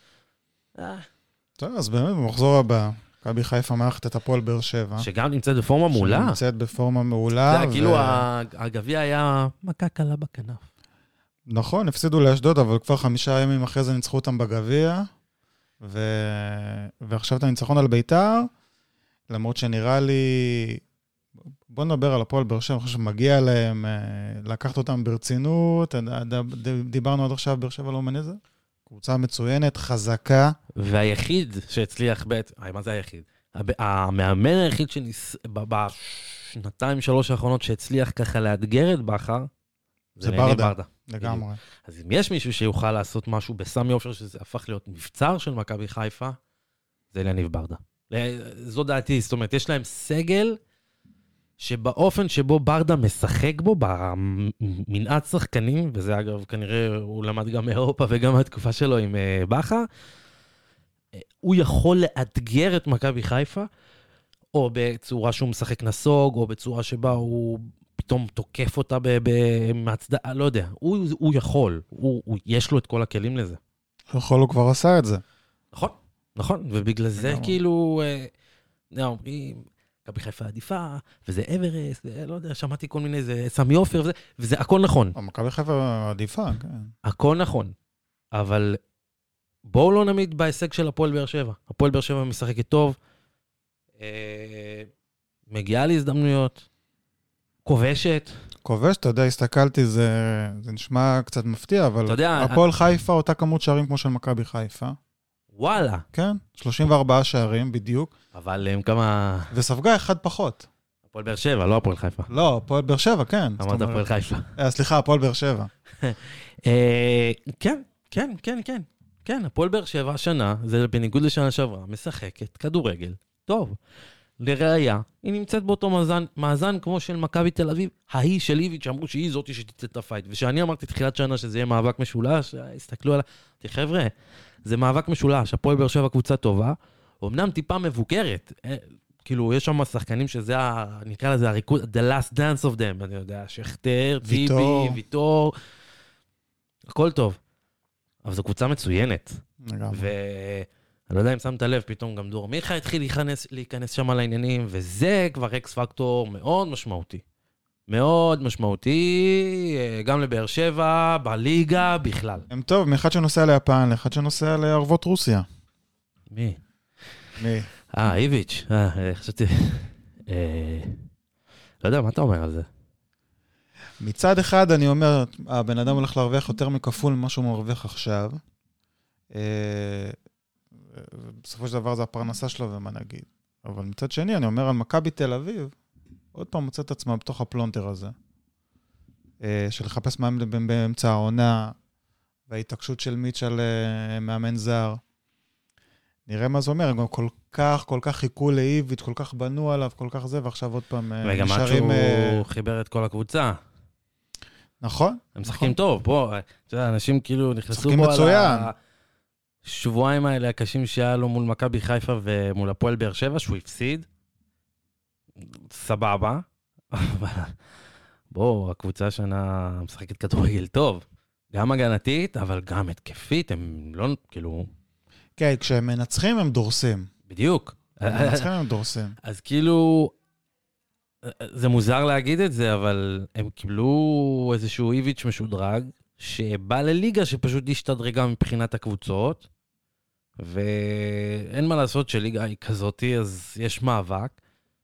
[SPEAKER 1] טוב, אז באמת, במחזור הבא, מכבי חיפה מארחת את הפועל באר שבע.
[SPEAKER 2] שגם נמצאת בפורמה מעולה.
[SPEAKER 1] שנמצאת בפורמה מעולה.
[SPEAKER 2] זה כאילו הגביע היה מכה קלה בכנף.
[SPEAKER 1] נכון, הפסידו לאשדוד, אבל כבר 5 ימים אחרי זה ניצחו אותם בגביע, ועכשיו את הניצחון על ביתר, למרות שנראה לי, בוא נדבר על הפועל באר שבע, אני חושב שמגיע להם לקחת אותם ברצינות, דיברנו עד עכשיו באר שבע לא מנזה, קבוצה מצוינת, חזקה.
[SPEAKER 2] והיחיד שהצליח, מה זה היחיד? המאמן היחיד בשנתיים-3 האחרונות שהצליח ככה לאתגר את בכר,
[SPEAKER 1] זה ברדה. לגמרי.
[SPEAKER 2] אז אם יש מישהו שיוכל לעשות משהו בסמי עופר, שזה הפך להיות מבצר של מכבי חיפה, זה יניב ברדה. זו דעתי, זאת אומרת, יש להם סגל שבאופן שבו ברדה משחק בו, במנעד שחקנים, וזה אגב כנראה הוא למד גם מאירופה וגם מהתקופה שלו עם בכר, הוא יכול לאתגר את מכבי חיפה, או בצורה שהוא משחק נסוג, או בצורה שבה הוא פתאום תוקף אותה מהצדעה, לא יודע. הוא יכול, יש לו את כל הכלים לזה.
[SPEAKER 1] הוא כבר עשה את זה.
[SPEAKER 2] נכון, נכון, ובגלל זה כאילו, אומרים, מכבי חיפה עדיפה, וזה אברסט, לא יודע, שמעתי כל מיני, זה סמי עופר, וזה הכל נכון.
[SPEAKER 1] מכבי חיפה עדיפה, כן.
[SPEAKER 2] הכל נכון, אבל בואו לא נמיד בהישג של הפועל באר שבע. הפועל באר שבע משחקת טוב, מגיעה להזדמנויות, כובשת.
[SPEAKER 1] כובש, אתה יודע, הסתכלתי, זה נשמע קצת מפתיע, אבל הפועל חיפה אותה כמות שערים כמו של מכבי חיפה.
[SPEAKER 2] וואלה.
[SPEAKER 1] כן, 34 שערים בדיוק.
[SPEAKER 2] אבל הם כמה...
[SPEAKER 1] וספגה אחד פחות.
[SPEAKER 2] הפועל באר שבע, לא הפועל חיפה.
[SPEAKER 1] לא, הפועל באר שבע, כן.
[SPEAKER 2] אמרת הפועל חיפה.
[SPEAKER 1] סליחה, הפועל באר שבע.
[SPEAKER 2] כן, כן, כן, כן. כן, הפועל באר שבע השנה, זה בניגוד לשנה שעברה, משחקת כדורגל טוב. לראיה, היא נמצאת באותו מאזן כמו של מכבי תל אביב, ההיא של איביץ' שאמרו שהיא זאתי שתצא את הפייט. ושאני אמרתי תחילת שנה שזה יהיה מאבק משולש, הסתכלו עליי, חבר'ה, זה מאבק משולש, הפועל באר שבע קבוצה טובה, אמנם טיפה מבוקרת, כאילו יש שם שחקנים שזה, נקרא לזה הריקוד, the last dance of them, אני יודע, שכתר, טיבי, ויטור, הכל טוב. אבל זו קבוצה מצוינת. ואני לא יודע אם שמת לב, פתאום גם דור מיכה התחיל להיכנס שם על העניינים, וזה כבר אקס פקטור מאוד משמעותי. מאוד משמעותי, גם לבאר שבע, בליגה, בכלל. הם
[SPEAKER 1] טוב, מאחד שנוסע ליפן, לאחד שנוסע לערבות רוסיה.
[SPEAKER 2] מי? איביץ'. חשבתי... לא יודע, מה אתה אומר על זה?
[SPEAKER 1] מצד אחד אני אומר, הבן אדם הולך להרוויח יותר מכפול ממה שהוא מרוויח עכשיו. בסופו של דבר זה הפרנסה שלו ומה נגיד. אבל מצד שני, אני אומר על מכבי תל אביב, עוד פעם מוצא את עצמה בתוך הפלונטר הזה, של לחפש מאמן באמצע העונה, וההתעקשות של מיטשל מאמן זר. נראה מה זה אומר, הם גם כל כך חיכו לאיביץ', כל כך בנו עליו, כל כך זה, ועכשיו עוד פעם
[SPEAKER 2] וגם עד שהוא חיבר את כל הקבוצה.
[SPEAKER 1] נכון.
[SPEAKER 2] הם משחקים טוב, פה, אנשים כאילו נכנסו
[SPEAKER 1] בו על
[SPEAKER 2] השבועיים האלה הקשים שהיה לו מול מכבי חיפה ומול הפועל באר שבע, שהוא הפסיד. סבבה. בוא, הקבוצה השנה משחקת כדורגל טוב. גם הגנתית, אבל גם התקפית, הם לא, כאילו...
[SPEAKER 1] כן, כשהם מנצחים הם דורסים.
[SPEAKER 2] בדיוק.
[SPEAKER 1] מנצחים הם דורסים.
[SPEAKER 2] אז כאילו, זה מוזר להגיד את זה, אבל הם קיבלו איזשהו איביץ' משודרג, שבא לליגה שפשוט השתדרגה מבחינת הקבוצות, ואין מה לעשות שליגה היא כזאתי, אז יש מאבק,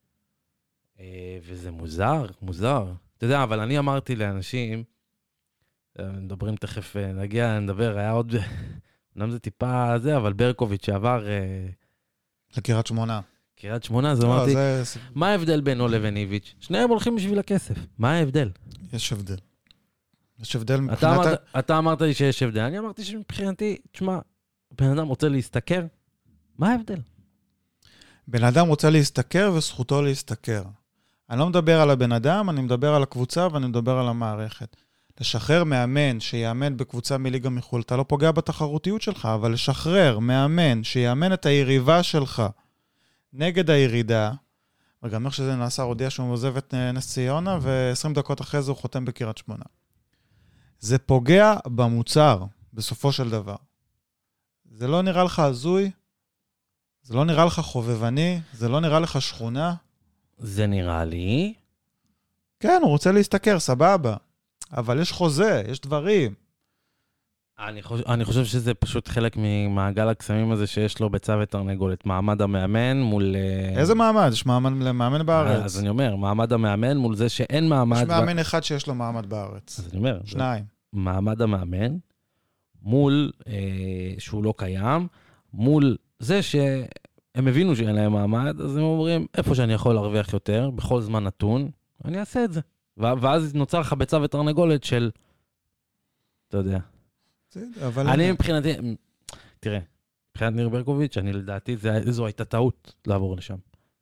[SPEAKER 2] וזה מוזר, מוזר. אתה יודע, אבל אני אמרתי לאנשים, מדברים תכף, נדבר, היה עוד... אמנם זה טיפה זה, אבל ברקוביץ' שעבר...
[SPEAKER 1] לקריית שמונה.
[SPEAKER 2] קריית שמונה, אז אמרתי, מה ההבדל בינו לבין איביץ'? שניהם הולכים בשביל הכסף. מה ההבדל?
[SPEAKER 1] יש הבדל. יש הבדל מבחינת...
[SPEAKER 2] אתה אמרת לי שיש הבדל. אני אמרתי שמבחינתי, תשמע, בן אדם רוצה להסתכר, מה ההבדל?
[SPEAKER 1] בן אדם רוצה להסתכר וזכותו להסתכר. אני לא מדבר על הבן אדם, אני מדבר על הקבוצה ואני מדבר על המערכת. לשחרר מאמן שיאמן בקבוצה מליגה מחול, אתה לא פוגע בתחרותיות שלך, אבל לשחרר מאמן שיאמן את היריבה שלך נגד הירידה, וגם איך שזה נעשה, הודיע שהוא עוזב את נס ציונה, ו20 דקות אחרי זה הוא חותם בקריית שמונה. זה פוגע במוצר, בסופו של דבר. זה לא נראה לך הזוי, זה לא נראה לך חובבני, זה לא נראה לך שכונה.
[SPEAKER 2] זה נראה לי.
[SPEAKER 1] כן, הוא רוצה להסתכר, סבבה. אבל יש חוזה, יש דברים.
[SPEAKER 2] אני חושב שזה פשוט חלק ממעגל הקסמים הזה שיש לו בצו ותרנגולת. מעמד המאמן מול...
[SPEAKER 1] איזה מעמד? יש מעמד למאמן בארץ.
[SPEAKER 2] אז אני אומר, מעמד המאמן מול זה שאין מעמד...
[SPEAKER 1] יש מאמן אחד שיש לו מעמד בארץ.
[SPEAKER 2] אז אני אומר...
[SPEAKER 1] שניים.
[SPEAKER 2] מעמד המאמן מול שהוא לא קיים, מול זה שהם הבינו שאין להם מעמד, אז הם אומרים, איפה שאני יכול להרוויח יותר, בכל זמן נתון, אני אעשה את זה. ואז נוצר לך בצו ותרנגולת של... אתה יודע. אני מבחינתי... תראה, מבחינת ניר ברקוביץ', אני לדעתי, זו הייתה טעות לעבור לשם.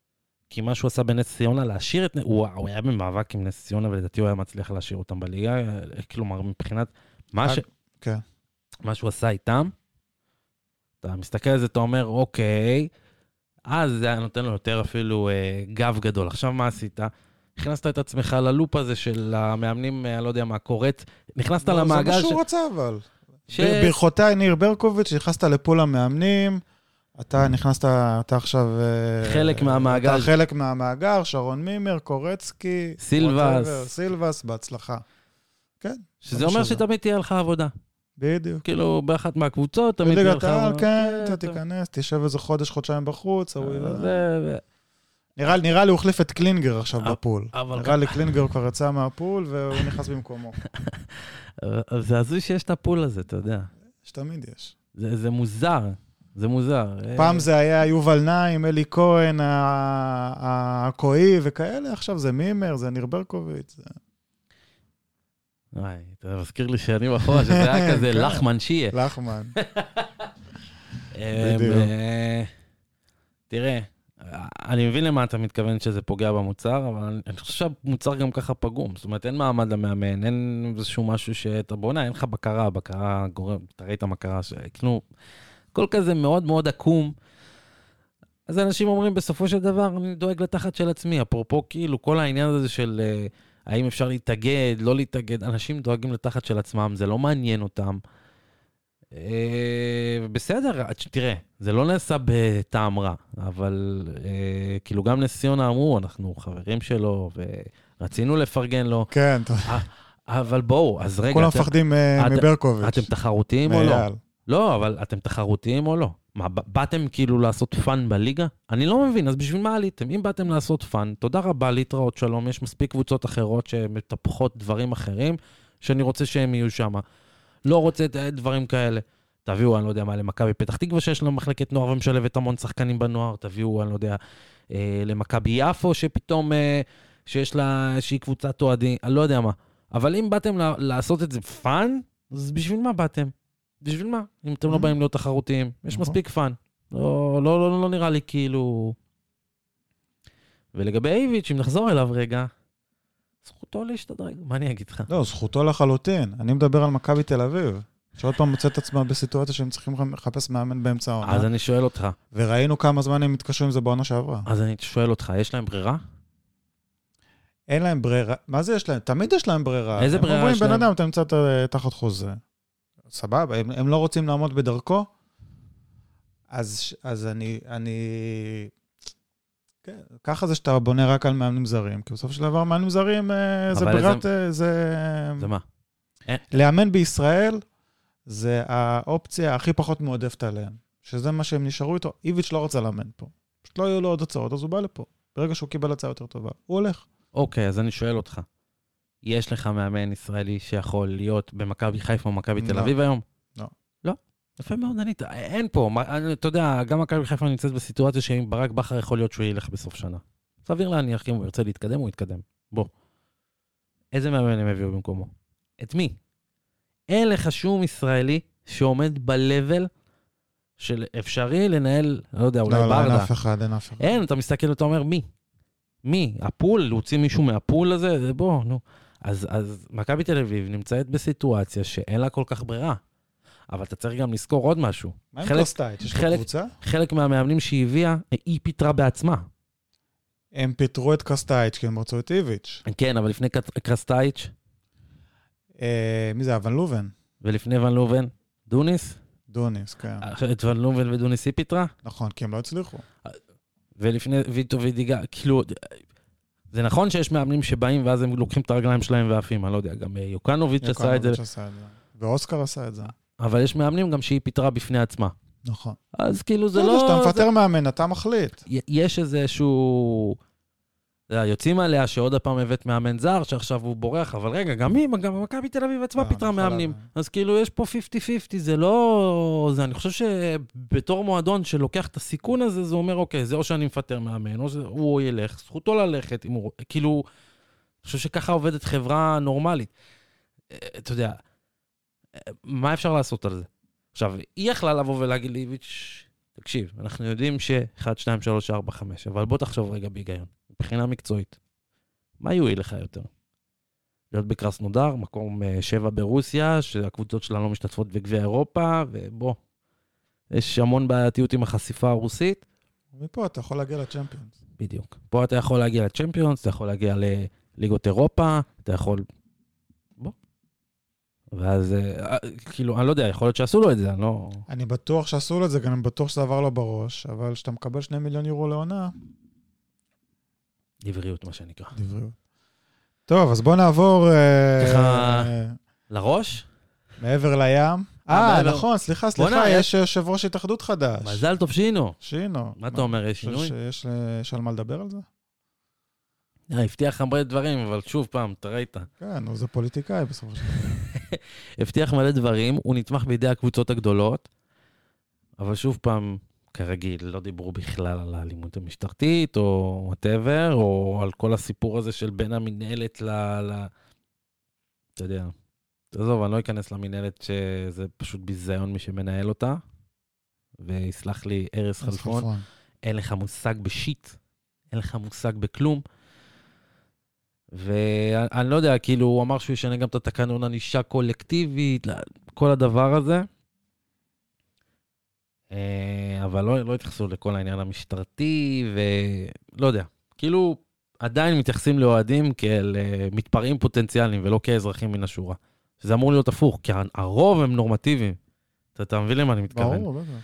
[SPEAKER 2] כי מה שהוא עשה בנס ציונה, להשאיר את... הוא היה במאבק עם נס ציונה, ולדעתי הוא היה מצליח להשאיר אותם בליגה, כלומר, מבחינת...
[SPEAKER 1] כן.
[SPEAKER 2] מה שהוא עשה איתם, אתה מסתכל על זה, אתה אומר, אוקיי, אז זה היה נותן לו יותר אפילו גב גדול. עכשיו מה עשית? הכנסת את עצמך ללופ הזה של המאמנים, אני לא יודע מה, קורט, נכנסת למעגל...
[SPEAKER 1] זה מה שהוא רצה, אבל. ברכותיי, ניר ברקוביץ', נכנסת לפול המאמנים, אתה נכנסת, אתה עכשיו...
[SPEAKER 2] חלק מהמעגל.
[SPEAKER 1] אתה חלק מהמאגר, שרון מימר, קורצקי, סילבס, בהצלחה. כן.
[SPEAKER 2] שזה אומר שתמיד תהיה לך עבודה.
[SPEAKER 1] בדיוק.
[SPEAKER 2] כאילו, באחת מהקבוצות, תמיד תהיה לך עבודה.
[SPEAKER 1] כן, אתה תיכנס, תשב איזה חודש, חודשיים בחוץ, נראה לי הוא החליף את קלינגר עכשיו בפול. נראה לי קלינגר כבר יצא מהפול, והוא נכנס במקומו.
[SPEAKER 2] זה הזוי שיש את הפול הזה, אתה יודע.
[SPEAKER 1] שתמיד יש.
[SPEAKER 2] זה מוזר. זה מוזר.
[SPEAKER 1] פעם זה היה יובל נעים, אלי כהן, הקואי וכאלה, עכשיו זה מימר, זה ניר ברקוביץ'.
[SPEAKER 2] וואי, אתה מזכיר לי שאני אחורה, שזה היה כזה לחמן שיהיה.
[SPEAKER 1] לחמן. בדיוק.
[SPEAKER 2] תראה, אני מבין למה אתה מתכוון שזה פוגע במוצר, אבל אני חושב שהמוצר גם ככה פגום. זאת אומרת, אין מעמד למאמן, אין איזשהו משהו שאתה בונה, אין לך בקרה גורם, תראי את המקרה, כאילו, כל כזה מאוד מאוד עקום. אז אנשים אומרים, בסופו של דבר, אני דואג לתחת של עצמי. אפרופו, כאילו, כל העניין הזה של האם אפשר להתאגד, לא להתאגד, אנשים דואגים לתחת של עצמם, זה לא מעניין אותם. בסדר, תראה, זה לא נעשה בטעם רע, אבל כאילו גם נס ציונה אמרו, אנחנו חברים שלו, ורצינו לפרגן לו.
[SPEAKER 1] כן.
[SPEAKER 2] אבל בואו, אז רגע.
[SPEAKER 1] כולם מפחדים מברקוביץ'.
[SPEAKER 2] אתם תחרותיים או לא? לא, אבל אתם תחרותיים או לא? מה, באתם כאילו לעשות פן בליגה? אני לא מבין, אז בשביל מה עליתם? אם באתם לעשות פן, תודה רבה, להתראות, שלום, יש מספיק קבוצות אחרות שמטפחות דברים אחרים, שאני רוצה שהם יהיו שם. לא רוצה דברים כאלה. תביאו, אני לא יודע מה, למכבי פתח תקווה שיש לה מחלקת נוער ומשלבת המון שחקנים בנוער, תביאו, אני לא יודע, למכבי יפו שפתאום, שיש לה איזושהי קבוצת אוהדים, אני לא יודע מה. אבל אם באתם לעשות את זה פן, אז בשביל מה באתם? בשביל מה? אם אתם לא באים להיות תחרותיים, יש מספיק פן. לא נראה לי כאילו... ולגבי איביץ', אם נחזור אליו רגע, זכותו להשתדרג, מה אני אגיד לך?
[SPEAKER 1] לא, זכותו לחלוטין. אני מדבר על מכבי תל אביב, שעוד פעם מוצאת עצמה בסיטואציה שהם צריכים לחפש מאמן באמצע העונה.
[SPEAKER 2] אז אני שואל אותך.
[SPEAKER 1] וראינו כמה זמן הם התקשרו עם זה בעונה שעברה.
[SPEAKER 2] אז אני שואל אותך, יש להם ברירה?
[SPEAKER 1] אין להם ברירה. מה זה יש להם? תמיד יש להם ברירה.
[SPEAKER 2] איזה ברירה יש להם?
[SPEAKER 1] הם אומרים, בן אדם, אתה נמצא תחת חוזה. סבבה, הם לא רוצים לעמוד בדרכו, אז אני... כן, ככה זה שאתה בונה רק על מאמנים זרים, כי בסוף של דבר מאמנים זרים זה ברירת...
[SPEAKER 2] זה מה?
[SPEAKER 1] לאמן בישראל זה האופציה הכי פחות מועדפת עליהם, שזה מה שהם נשארו איתו. איביץ' לא רוצה לאמן פה. פשוט לא היו לו עוד הצעות, אז הוא בא לפה. ברגע שהוא קיבל הצעה יותר טובה, הוא הולך.
[SPEAKER 2] אוקיי, אז אני שואל אותך. יש לך מאמן ישראלי שיכול להיות במכבי חיפה או מכבי תל אביב היום?
[SPEAKER 1] לא.
[SPEAKER 2] לא? יפה מאוד, אין פה. אתה יודע, גם מכבי חיפה נמצאת בסיטואציה שאם ברק בכר יכול להיות שהוא ילך בסוף שנה. סביר להניח, אם הוא ירצה להתקדם, הוא יתקדם. בוא. איזה מאמן הם הביאו במקומו? את מי? אין לך שום ישראלי שעומד בלבל של אפשרי לנהל, לא יודע, אולי ברדה.
[SPEAKER 1] לא, אין אף אחד.
[SPEAKER 2] אין, אתה מסתכל ואתה אומר, מי? מי? הפול? להוציא מישהו מהפול הזה? בוא, נו. אז מכבי תל אביב נמצאת בסיטואציה שאין לה כל כך ברירה. אבל אתה צריך גם לזכור עוד משהו.
[SPEAKER 1] מה עם קוסטייץ'? יש לו קבוצה?
[SPEAKER 2] חלק מהמאמנים שהיא הביאה, היא פיתרה בעצמה.
[SPEAKER 1] הם פיתרו את קוסטייץ' כי הם רצו את איביץ'.
[SPEAKER 2] כן, אבל לפני קוסטייץ'?
[SPEAKER 1] מי זה? ון לובן.
[SPEAKER 2] ולפני ון לובן? דוניס?
[SPEAKER 1] דוניס, כן.
[SPEAKER 2] את ון לובן ודוניס היא פיתרה?
[SPEAKER 1] נכון, כי הם לא הצליחו.
[SPEAKER 2] ולפני ויטו וידיגה, כאילו... זה נכון שיש מאמנים שבאים ואז הם לוקחים את הרגליים שלהם ועפים, אני לא יודע, גם יוקנוביץ' עשה את זה.
[SPEAKER 1] ואוסקר עשה את זה.
[SPEAKER 2] אבל יש מאמנים גם שהיא פיתרה בפני עצמה.
[SPEAKER 1] נכון.
[SPEAKER 2] אז כאילו זה לא...
[SPEAKER 1] שאתה מפטר מאמן, אתה מחליט.
[SPEAKER 2] יש איזשהו... יוצאים עליה שעוד הפעם הבאת מאמן זר, שעכשיו הוא בורח, אבל רגע, גם מכבי תל אביב עצמה פיתרה מאמנים. אז כאילו יש פה 50-50, זה לא... אני חושב שבתור מועדון שלוקח את הסיכון הזה, זה אומר, אוקיי, זה או שאני מפטר מאמן, או הוא ילך, זכותו ללכת, כאילו, אני חושב שככה עובדת חברה נורמלית. אתה יודע, מה אפשר לעשות על זה? עכשיו, היא יכלה לבוא ולהגיד לאיביץ', תקשיב, אנחנו יודעים ש-1, 2, 3, 4, 5, אבל בוא תחשוב רגע בהיגיון, מבחינה מקצועית. מה יועיל לך יותר? להיות בקרסנודר, מקום 7 ברוסיה, שהקבוצות שלה לא משתתפות בגביע אירופה, ובוא, יש המון בעייתיות עם החשיפה הרוסית.
[SPEAKER 1] מפה אתה יכול להגיע לצ'מפיונס.
[SPEAKER 2] בדיוק. פה אתה יכול להגיע לצ'מפיונס, אתה יכול להגיע לליגות אירופה, אתה יכול... בוא. ואז, כאילו, אני לא יודע, יכול להיות שעשו לו את זה, אני לא...
[SPEAKER 1] אני בטוח שעשו לו את זה, גם אני בטוח שזה עבר לו בראש, אבל כשאתה מקבל 2 מיליון יורו לעונה...
[SPEAKER 2] דבריות, מה שנקרא.
[SPEAKER 1] דבריות. טוב, אז בוא נעבור...
[SPEAKER 2] לראש?
[SPEAKER 1] מעבר לים. נכון, סליחה, יש יושב ראש התאחדות חדש.
[SPEAKER 2] מזל טוב שינו.
[SPEAKER 1] שינו.
[SPEAKER 2] מה אתה אומר, יש שינוי?
[SPEAKER 1] יש על מה לדבר על זה?
[SPEAKER 2] הבטיח הרבה דברים, אבל שוב פעם, אתה ראית.
[SPEAKER 1] כן, זה פוליטיקאי בסופו של דבר.
[SPEAKER 2] הבטיח מלא דברים, הוא נתמך בידי הקבוצות הגדולות, אבל שוב פעם, כרגיל, לא דיברו בכלל על האלימות המשטרתית, או whatever, או על כל הסיפור הזה של בין המנהלת אתה יודע, תעזוב, אני לא אכנס למנהלת שזה פשוט ביזיון מי שמנהל אותה, ויסלח לי ארז חלפון, אין לך מושג בשיט, אין לך מושג בכלום, ואני לא יודע, כאילו, הוא אמר שהוא ישנה גם את התקנון ענישה קולקטיבית, כל הדבר הזה, אבל לא התייחסו לכל העניין המשטרתי, ולא יודע, כאילו, עדיין מתייחסים לאוהדים כאל מתפרעים פוטנציאליים, ולא כאזרחים מן השורה. שזה אמור להיות הפוך, כי הרוב הם נורמטיביים. אתה מבין למה אני מתכוון?
[SPEAKER 1] ברור, בטח.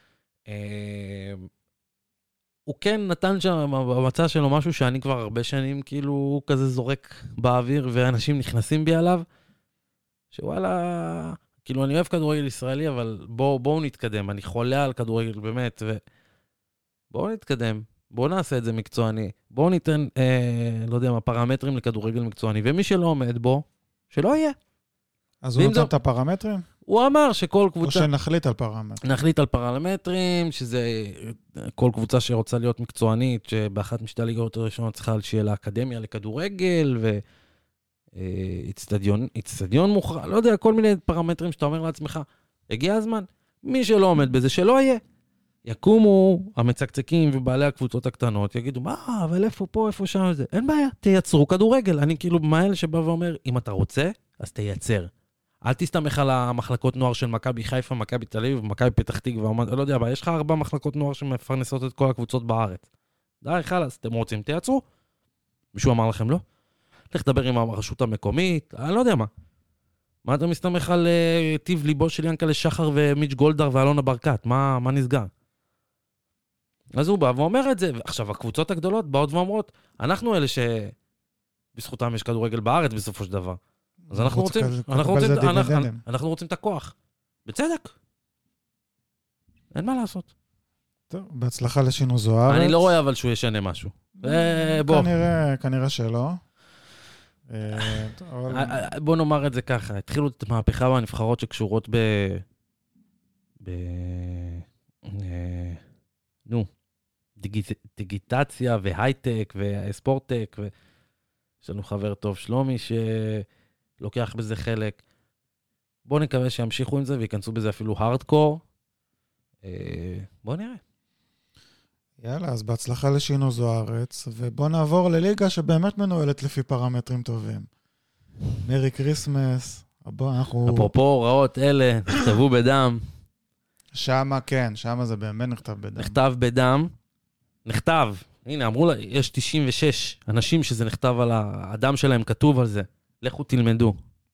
[SPEAKER 2] הוא כן נתן שם במצע שלו משהו שאני כבר הרבה שנים כאילו כזה זורק באוויר, ואנשים נכנסים בי עליו, שוואלה, כאילו אני אוהב כדורגל ישראלי, אבל בואו נתקדם, אני חולה על כדורגל באמת, בואו נתקדם, בואו נעשה את זה מקצועני, בואו ניתן, לא יודע מה, פרמטרים לכדורגל מקצועני, ומי שלא עומד בו, שלא יהיה.
[SPEAKER 1] אז הוא נותן את הפרמטרים?
[SPEAKER 2] הוא אמר שכל קבוצה...
[SPEAKER 1] או שנחליט על פרמטרים.
[SPEAKER 2] נחליט על פרמטרים, שזה כל קבוצה שרוצה להיות מקצוענית, שבאחת משתי הליגות הראשונות צריכה שיהיה לה אקדמיה לכדורגל, ואיצטדיון מוכרע, לא יודע, כל מיני פרמטרים שאתה אומר לעצמך, הגיע הזמן, מי שלא עומד בזה, שלא יהיה. יקומו המצקצקים ובעלי הקבוצות הקטנות, יגידו, מה, אבל איפה פה, איפה שם, זה? אין בעיה, תייצרו כדורגל. אני כאילו מהאל שבא ואומר, אם אתה רוצה, אז תייצר. אל תסתמך על המחלקות נוער של מכבי חיפה, מכבי תל אביב, מכבי פתח תקווה, לא יודע, יש לך 4 מחלקות נוער שמפרנסות את כל הקבוצות בארץ. די, חלאס, אתם רוצים, תייצרו. מישהו אמר לכם לא? לך לדבר עם הרשות המקומית, אני לא יודע מה. מה אתה מסתמך על טיב ליבו של ינקלה שחר ומיץ' גולדהר ואלונה ברקת? מה נסגר? אז הוא בא ואומר את זה. עכשיו, הקבוצות הגדולות באות ואומרות, אנחנו אלה שבזכותם יש כדורגל בארץ בסופו של דבר. אז אנחנו רוצים את הכוח. בצדק. אין מה לעשות.
[SPEAKER 1] טוב, בהצלחה לשינו זוארץ.
[SPEAKER 2] אני לא רואה אבל שהוא ישנה משהו. בוא.
[SPEAKER 1] כנראה שלא.
[SPEAKER 2] בוא נאמר את זה ככה. התחילו את המהפכה בנבחרות שקשורות דיגיטציה והייטק וספורטטק. יש לנו חבר טוב שלומי שלוקח בזה חלק. בוא נקווה שימשיכו עם זה ויכנסו בזה אפילו הארדקור. בוא נראה.
[SPEAKER 1] יאללה, אז בהצלחה לשינו זוארץ, ובוא נעבור לליגה שבאמת מנוהלת לפי פרמטרים טובים. מרי קריסמס,
[SPEAKER 2] אפרופו הוראות אלה, נכתבו בדם.
[SPEAKER 1] שמה כן, שמה זה באמת נכתב בדם.
[SPEAKER 2] נכתב בדם, נכתב, הנה אמרו לה, יש 96 אנשים שזה נכתב על האדם שלהם, כתוב על זה. לכו תלמדו.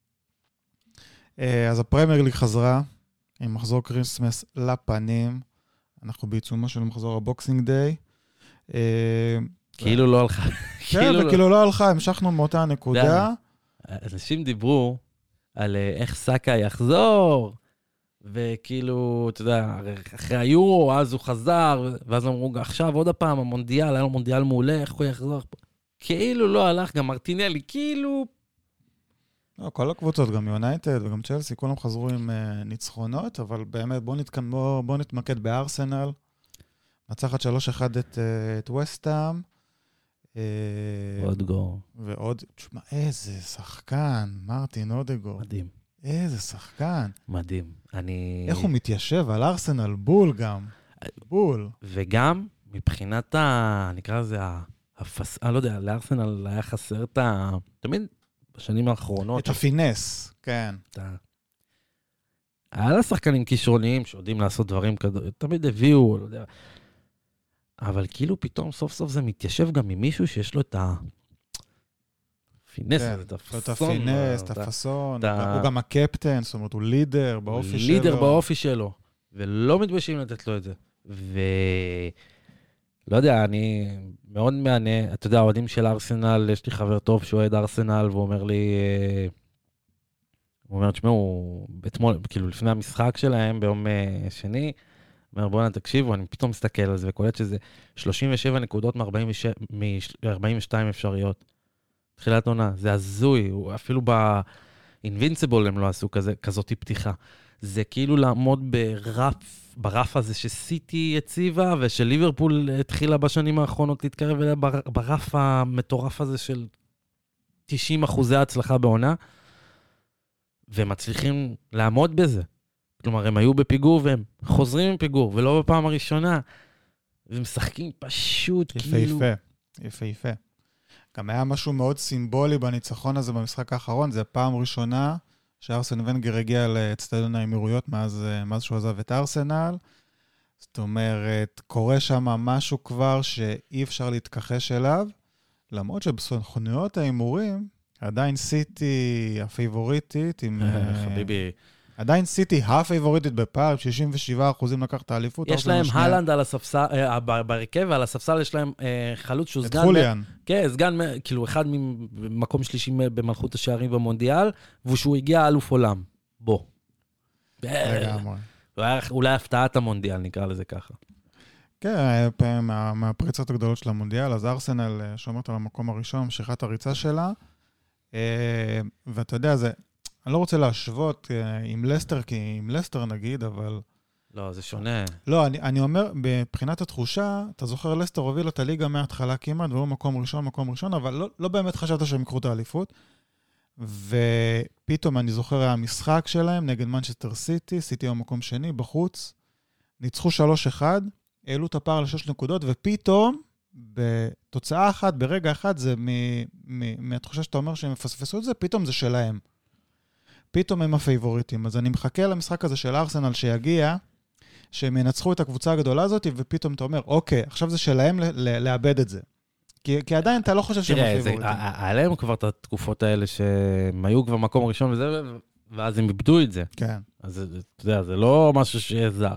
[SPEAKER 1] אז הפרמייר ליג חזרה, עם מחזור קריסמס לפנים, אנחנו בעיצומו של מחזור הבוקסינג דיי.
[SPEAKER 2] כאילו לא הלכה.
[SPEAKER 1] כן, וכאילו לא הלכה, המשכנו מאותה נקודה.
[SPEAKER 2] אנשים דיברו על איך סאקה יחזור, וכאילו, אתה יודע, אחרי היורו, אז הוא חזר, ואז אמרו, עכשיו עוד הפעם, המונדיאל, היה לו מונדיאל מעולה, איך הוא יחזור? כאילו לא הלך, גם מרטינלי, כאילו...
[SPEAKER 1] לא, כל הקבוצות, גם יונייטד וגם צ'לסי, כולם חזרו עם ניצחונות, אבל באמת בוא נתמקד בארסנל. נצחת 3-1 את וסטהאם.
[SPEAKER 2] אודגור.
[SPEAKER 1] ועוד, תשמע, איזה שחקן, מרטין אודגור.
[SPEAKER 2] מדהים.
[SPEAKER 1] איזה שחקן.
[SPEAKER 2] מדהים.
[SPEAKER 1] איך הוא מתיישב על ארסנל בול גם. בול.
[SPEAKER 2] וגם מבחינת נקרא לזה, לא יודע, לארסנל היה חסר תמיד בשנים האחרונות.
[SPEAKER 1] את הפינס, כן.
[SPEAKER 2] היה לה שחקנים כישרוניים שיודעים לעשות דברים כזה, תמיד הביאו, לא יודע. אבל כאילו פתאום סוף סוף זה מתיישב גם ממישהו שיש לו את הפינס, את הפסון.
[SPEAKER 1] את הפינס, את הפסון, הוא גם הקפטן, זאת אומרת, הוא לידר באופי שלו.
[SPEAKER 2] לידר באופי שלו, ולא מתביישים לתת לו את זה. לא יודע, אני מאוד מענה, אתה יודע, האוהדים של ארסנל, יש לי חבר טוב שהוא אוהד ארסנל, והוא אומר לי, הוא אומר, תשמעו, אתמול, כאילו לפני המשחק שלהם, ביום שני, אומר, בואו תקשיבו, אני פתאום מסתכל על זה, וקולט שזה 37 נקודות מ-42 אפשריות. תחילת עונה, זה הזוי, אפילו ב-Invincible הם לא עשו כזאת פתיחה. זה כאילו לעמוד ברף הזה שסיטי הציבה, ושליברפול התחילה בשנים האחרונות להתקרב אליה ברף המטורף הזה של 90% הצלחה בעונה, ומצליחים לעמוד בזה. כלומר, הם היו בפיגור והם חוזרים מפיגור, ולא בפעם הראשונה, ומשחקים פשוט כאילו...
[SPEAKER 1] יפה. גם היה משהו מאוד סימבולי בניצחון הזה במשחק האחרון, זה הפעם ראשונה שארסן ונגר הגיע לאצטדיון האמירויות מאז שהוא עזב את ארסנל. זאת אומרת, קורה שם משהו כבר שאי אפשר להתכחש אליו, למרות שבסוכנויות האימורים, עדיין סיטי הפייבוריטית עם...
[SPEAKER 2] חביבי.
[SPEAKER 1] עדיין סיטי הפייבוריטית בפער, 67% לקח את האליפות.
[SPEAKER 2] יש להם הלנד על הספסל, ברכב, ועל הספסל יש להם חלוץ שהוא סגן...
[SPEAKER 1] את חוליאן.
[SPEAKER 2] כן, סגן, כאילו אחד ממקום שלישי במלכות השערים במונדיאל, ושהוא הגיע אלוף עולם. בוא. אולי הפתעת המונדיאל, נקרא לזה ככה.
[SPEAKER 1] כן, מהפריצות הגדולות של המונדיאל, אז ארסנל שומרת על המקום הראשון, ממשיכת הריצה שלה, ואתה יודע, אני לא רוצה להשוות עם לסטר, כי עם לסטר נגיד, אבל...
[SPEAKER 2] לא, זה שונה.
[SPEAKER 1] לא, אני אומר, מבחינת התחושה, אתה זוכר, לסטר הוביל את הליגה מההתחלה כמעט, והוא מקום ראשון, אבל לא באמת חשבת שהם יקחו את האליפות. ופתאום אני זוכר המשחק שלהם נגד מנצ'סטר סיטי, סיטי הוא מקום שני, בחוץ, ניצחו 3-1, העלו את הפער ל6 נקודות, ופתאום, בתוצאה אחת, ברגע אחד, זה מהתחושה שאתה אומר שהם מפספסו את זה, פתאום זה שלהם. פתאום הם הפייבוריטים. אז אני מחכה למשחק הזה של ארסנל שיגיע, שהם ינצחו את הקבוצה הגדולה הזאת, ופתאום אתה אומר, אוקיי, עכשיו זה שלהם לאבד את זה. כי עדיין אתה לא חושב שהם הפייבוריטים.
[SPEAKER 2] תראה, עליהם כבר את התקופות האלה שהם היו כבר מקום ראשון וזה, ואז הם איבדו את זה.
[SPEAKER 1] כן.
[SPEAKER 2] אז אתה יודע, זה לא משהו שיעזר.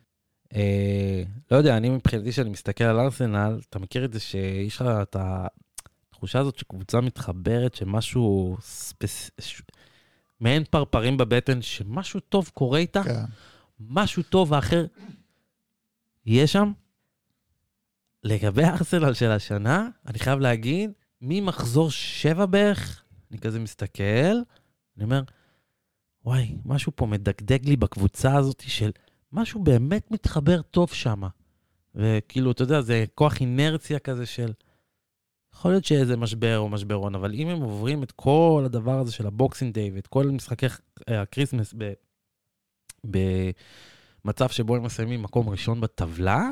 [SPEAKER 2] לא יודע, אני מבחינתי שאני מסתכל על ארסנל, אתה מכיר את זה שיש לך את התחושה הזאת שקבוצה מתחברת, שמשהו מעין פרפרים בבטן, שמשהו טוב קורה איתה,
[SPEAKER 1] כן.
[SPEAKER 2] משהו טוב האחר יהיה שם. לגבי ארסנל של השנה, אני חייב להגיד, ממחזור 7 בערך, אני כזה מסתכל, אני אומר, וואי, משהו פה מדגדג לי בקבוצה הזאת של משהו באמת מתחבר טוב שם. וכאילו, אתה יודע, זה כוח אינרציה כזה של, יכול להיות שאיזה משבר או משברון, אבל אם הם עוברים את כל הדבר הזה של הבוקסינג דיי, ואת כל משחקי הקריסמס במצב שבו הם מסיימים מקום ראשון בטבלה,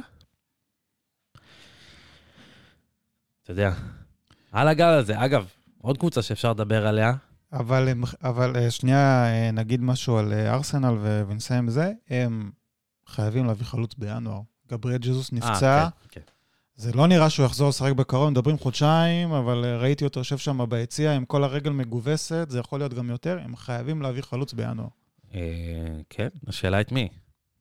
[SPEAKER 2] אתה יודע, על הגל הזה, אגב, עוד קבוצה שאפשר לדבר עליה.
[SPEAKER 1] אבל שנייה, נגיד משהו על ארסנל ונסיים זה, הם חייבים להביא חלוץ בינואר. גבריאל ג'זוס נפצע, זה לא נראה שהוא יחזור לשחק בקרוב, מדברים חודשיים, אבל ראיתי אותו יושב שם ביציע, עם כל הרגל מגובסת, זה יכול להיות גם יותר, הם חייבים להביא חלוץ בינואר.
[SPEAKER 2] כן, השאלה את מי?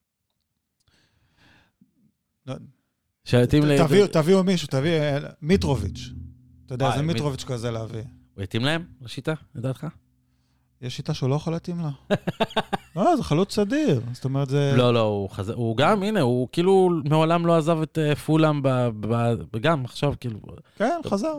[SPEAKER 1] תביאו מישהו, תביא מיטרוביץ'. אתה יודע, זה מיטרוביץ' כזה להביא.
[SPEAKER 2] הוא יתאים להם לשיטה, לדעתך?
[SPEAKER 1] יש שיטה שהוא לא יכול להתאים לה. לא, זה חלוץ סדיר. זאת אומרת, זה...
[SPEAKER 2] לא, הוא גם, הנה, הוא כאילו מעולם לא עזב את פולאם, וגם עכשיו כאילו...
[SPEAKER 1] כן, חזר.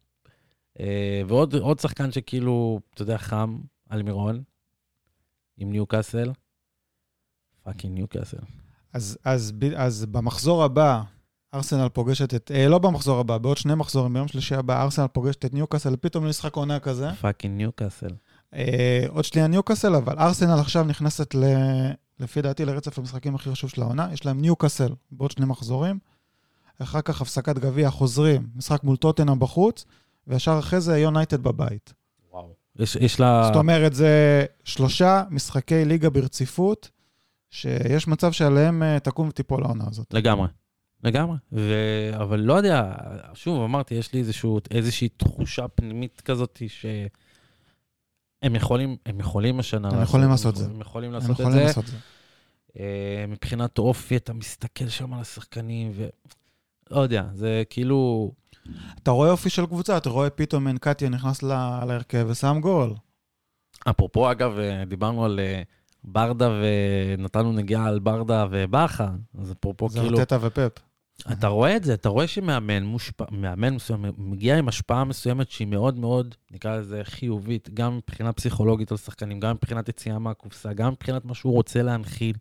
[SPEAKER 2] ועוד שחקן שכאילו, אתה יודע, חם, על מירון, עם ניוקאסל. פאקינג ניוקאסל.
[SPEAKER 1] אז במחזור הבא, ארסנל פוגשת את... לא במחזור הבא, בעוד 2 מחזורים, ביום שלישי הבא, ארסנל פוגשת את ניוקאסל, פתאום נשחק עונה כזה.
[SPEAKER 2] פאקינג ניוקאסל.
[SPEAKER 1] עוד שנייה ניוקאסל, אבל ארסנל עכשיו נכנסת לפי דעתי, לרצף המשחקים הכי חשוב של העונה. יש להם ניוקאסל בעוד 2 מחזורים, אחר כך הפסקת גביע, חוזרים, משחק מול טוטנהאם בחוץ, וישר אחרי זה יונייטד בבית.
[SPEAKER 2] וואו. יש לה...
[SPEAKER 1] זאת אומרת, זה 3 משחקי ליגה ברציפות, שיש מצב שעליהם תקום ותיפול העונה הזאת.
[SPEAKER 2] לגמרי. אבל לא יודע, שוב, אמרתי, יש לי איזושהי תחושה פנימית כזאת שהם יכולים השנה.
[SPEAKER 1] הם יכולים לעשות זה.
[SPEAKER 2] הם יכולים לעשות את זה. מבחינת אופי, אתה מסתכל שם על השחקנים, לא יודע, זה כאילו...
[SPEAKER 1] אתה רואה אופי של קבוצה, אתה רואה פתאום אנקטיה נכנס להרכב ושם גול.
[SPEAKER 2] אפרופו, אגב, דיברנו על ברדה ונתנו נגיעה על ברדה ובאחה, אז אפרופו כאילו...
[SPEAKER 1] זה ארטטה ופפ.
[SPEAKER 2] אתה רואה את זה, אתה רואה שמאמן מסוים מגיע עם השפעה מסוימת שהיא מאוד מאוד, נקרא לזה חיובית, גם מבחינה פסיכולוגית על שחקנים, גם מבחינת יציאה מהקופסה, גם מבחינת מה שהוא רוצה להנחיל.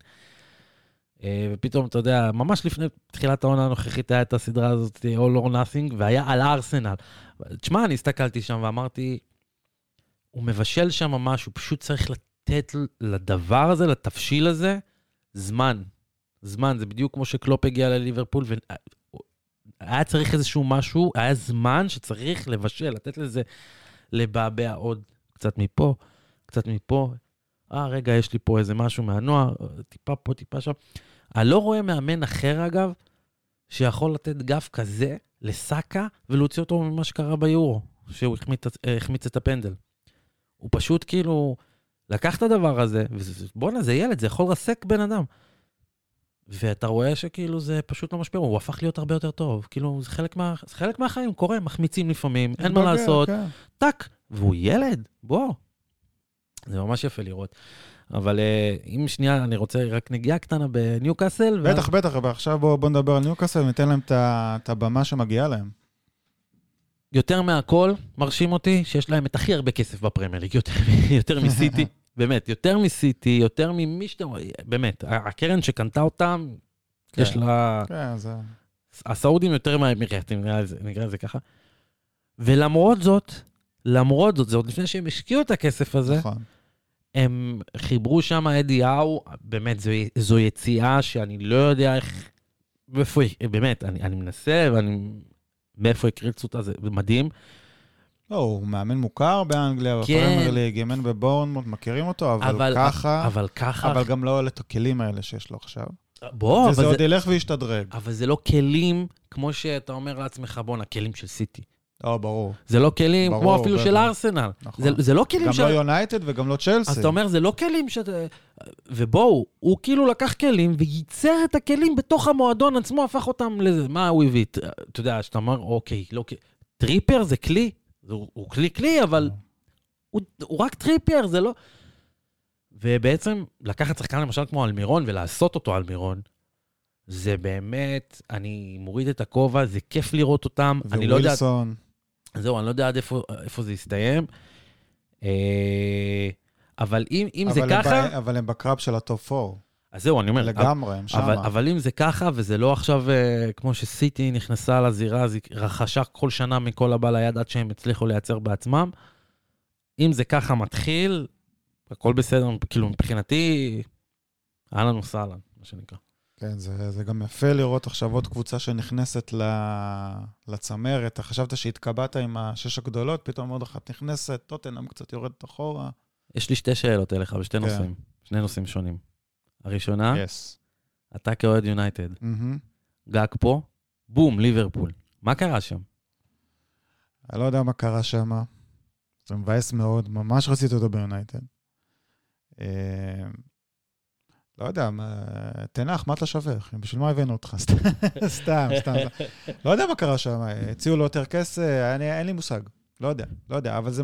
[SPEAKER 2] ופתאום, אתה יודע, ממש לפני תחילת העונה הנוכחית היה את הסדרה הזאת, All or Nothing, והיה על ארסנל. תשמע, אני הסתכלתי שם ואמרתי, הוא מבשל שם ממש, הוא פשוט צריך לתת לדבר הזה, לתבשיל הזה, זמן. זה בדיוק כמו שקלופ הגיע לליברפול, והיה צריך איזשהו משהו, היה זמן שצריך לבשל, לתת לזה לבעבע עוד קצת מפה, קצת מפה. רגע, יש לי פה איזה משהו מהנוער, טיפה פה, טיפה שם. אני לא רואה מאמן אחר, אגב, שיכול לתת גב כזה לסאקה, ולהוציא אותו ממה שקרה ביורו, שהוא החמיץ את הפנדל. הוא פשוט כאילו לקח את הדבר הזה, ובוא'נה, זה ילד, זה יכול לרסק בן אדם. ואתה רואה שכאילו זה פשוט לא משפיע, הוא הפך להיות הרבה יותר טוב. כאילו, זה חלק מהחיים, קורה, מחמיצים לפעמים, אין מה לעשות. טק, והוא ילד, בוא. זה ממש יפה לראות. אבל אם שנייה, אני רוצה רק נגיעה קטנה בניוקאסל.
[SPEAKER 1] בטח, עכשיו בוא נדבר על ניוקאסל, וניתן להם את הבמה שמגיעה להם.
[SPEAKER 2] יותר מהכל, מרשים אותי, שיש להם את הכי הרבה כסף בפרמייר ליג, יותר מסיטי, באמת, יותר מסיטי, יותר ממי שאתה רואה, באמת, הקרן שקנתה אותם, יש לה...
[SPEAKER 1] כן, זה...
[SPEAKER 2] הסעודים יותר מהאמירתים, נקרא לזה ככה. ולמרות זאת, זה עוד לפני שהם השקיעו את הכסף הזה,
[SPEAKER 1] נכון.
[SPEAKER 2] הם חיברו שם אדי האו, באמת, זו יציאה שאני לא יודע איך, באמת, אני מנסה, מאיפה הקריצו אותה, זה מדהים.
[SPEAKER 1] לא, הוא מאמן מוכר באנגליה, בפרמייר ליג, אימן בבורנמוט, מכירים אותו, אבל ככה, אבל גם לא את הכלים האלה שיש לו עכשיו. וזה עוד ילך וישתדרג.
[SPEAKER 2] אבל זה לא כלים, כמו שאתה אומר לעצמך, בואנה, כלים של סיטי.
[SPEAKER 1] ברור.
[SPEAKER 2] זה לא כלים כמו אפילו של ארסנל. זה לא כלים
[SPEAKER 1] גם לא יונייטד וגם לא צ'לסי.
[SPEAKER 2] אז אתה אומר, זה לא כלים ובואו, הוא כאילו לקח כלים וייצר את הכלים בתוך המועדון עצמו, הפך אותם לזה. מה הוא הביא? אתה יודע, שאתה אומר, אוקיי, לא... טריפר זה כלי. הוא כלי, אבל הוא רק טריפר, זה לא... ובעצם לקחת שחקן למשל כמו אלמירון ולעשות אותו אלמירון, זה באמת, אני מוריד את הכובע, זה כיף לראות אותם.
[SPEAKER 1] ווילסון.
[SPEAKER 2] זהו, אני לא יודע עד איפה זה יסתיים. אבל אם זה ככה...
[SPEAKER 1] אבל הם בקרב של הטופ 4.
[SPEAKER 2] אז זהו, אני אומר...
[SPEAKER 1] לגמרי, הם שמה.
[SPEAKER 2] אבל אם זה ככה, וזה לא עכשיו כמו שסיטי נכנסה לזירה, אז היא רכשה כל שנה מכל הבא ליד עד שהם הצליחו לייצר בעצמם. אם זה ככה מתחיל, הכל בסדר, כאילו מבחינתי, אהלן וסהלן, מה שנקרא.
[SPEAKER 1] כן, זה גם יפה לראות עכשיו עוד קבוצה שנכנסת לצמרת. אתה חשבת שהתקבעת עם 6 הגדולות, פתאום עוד אחת נכנסת, טוטנהאם קצת יורדת אחורה.
[SPEAKER 2] יש לי 2 שאלות אליך בשתי נושאים, 2 נושאים שונים. הראשונה, אתה כאוהד יונייטד, גג פה, בום, ליברפול. מה קרה שם?
[SPEAKER 1] אני לא יודע מה קרה שם. זה מבאס מאוד, ממש רציתי אותו ביונייטד. לא יודע, תנח, מה אתה שווה? בשביל מה הבאנו אותך? סתם. לא יודע מה קרה שם, הציעו לו יותר כסף, אין לי מושג. לא יודע, אבל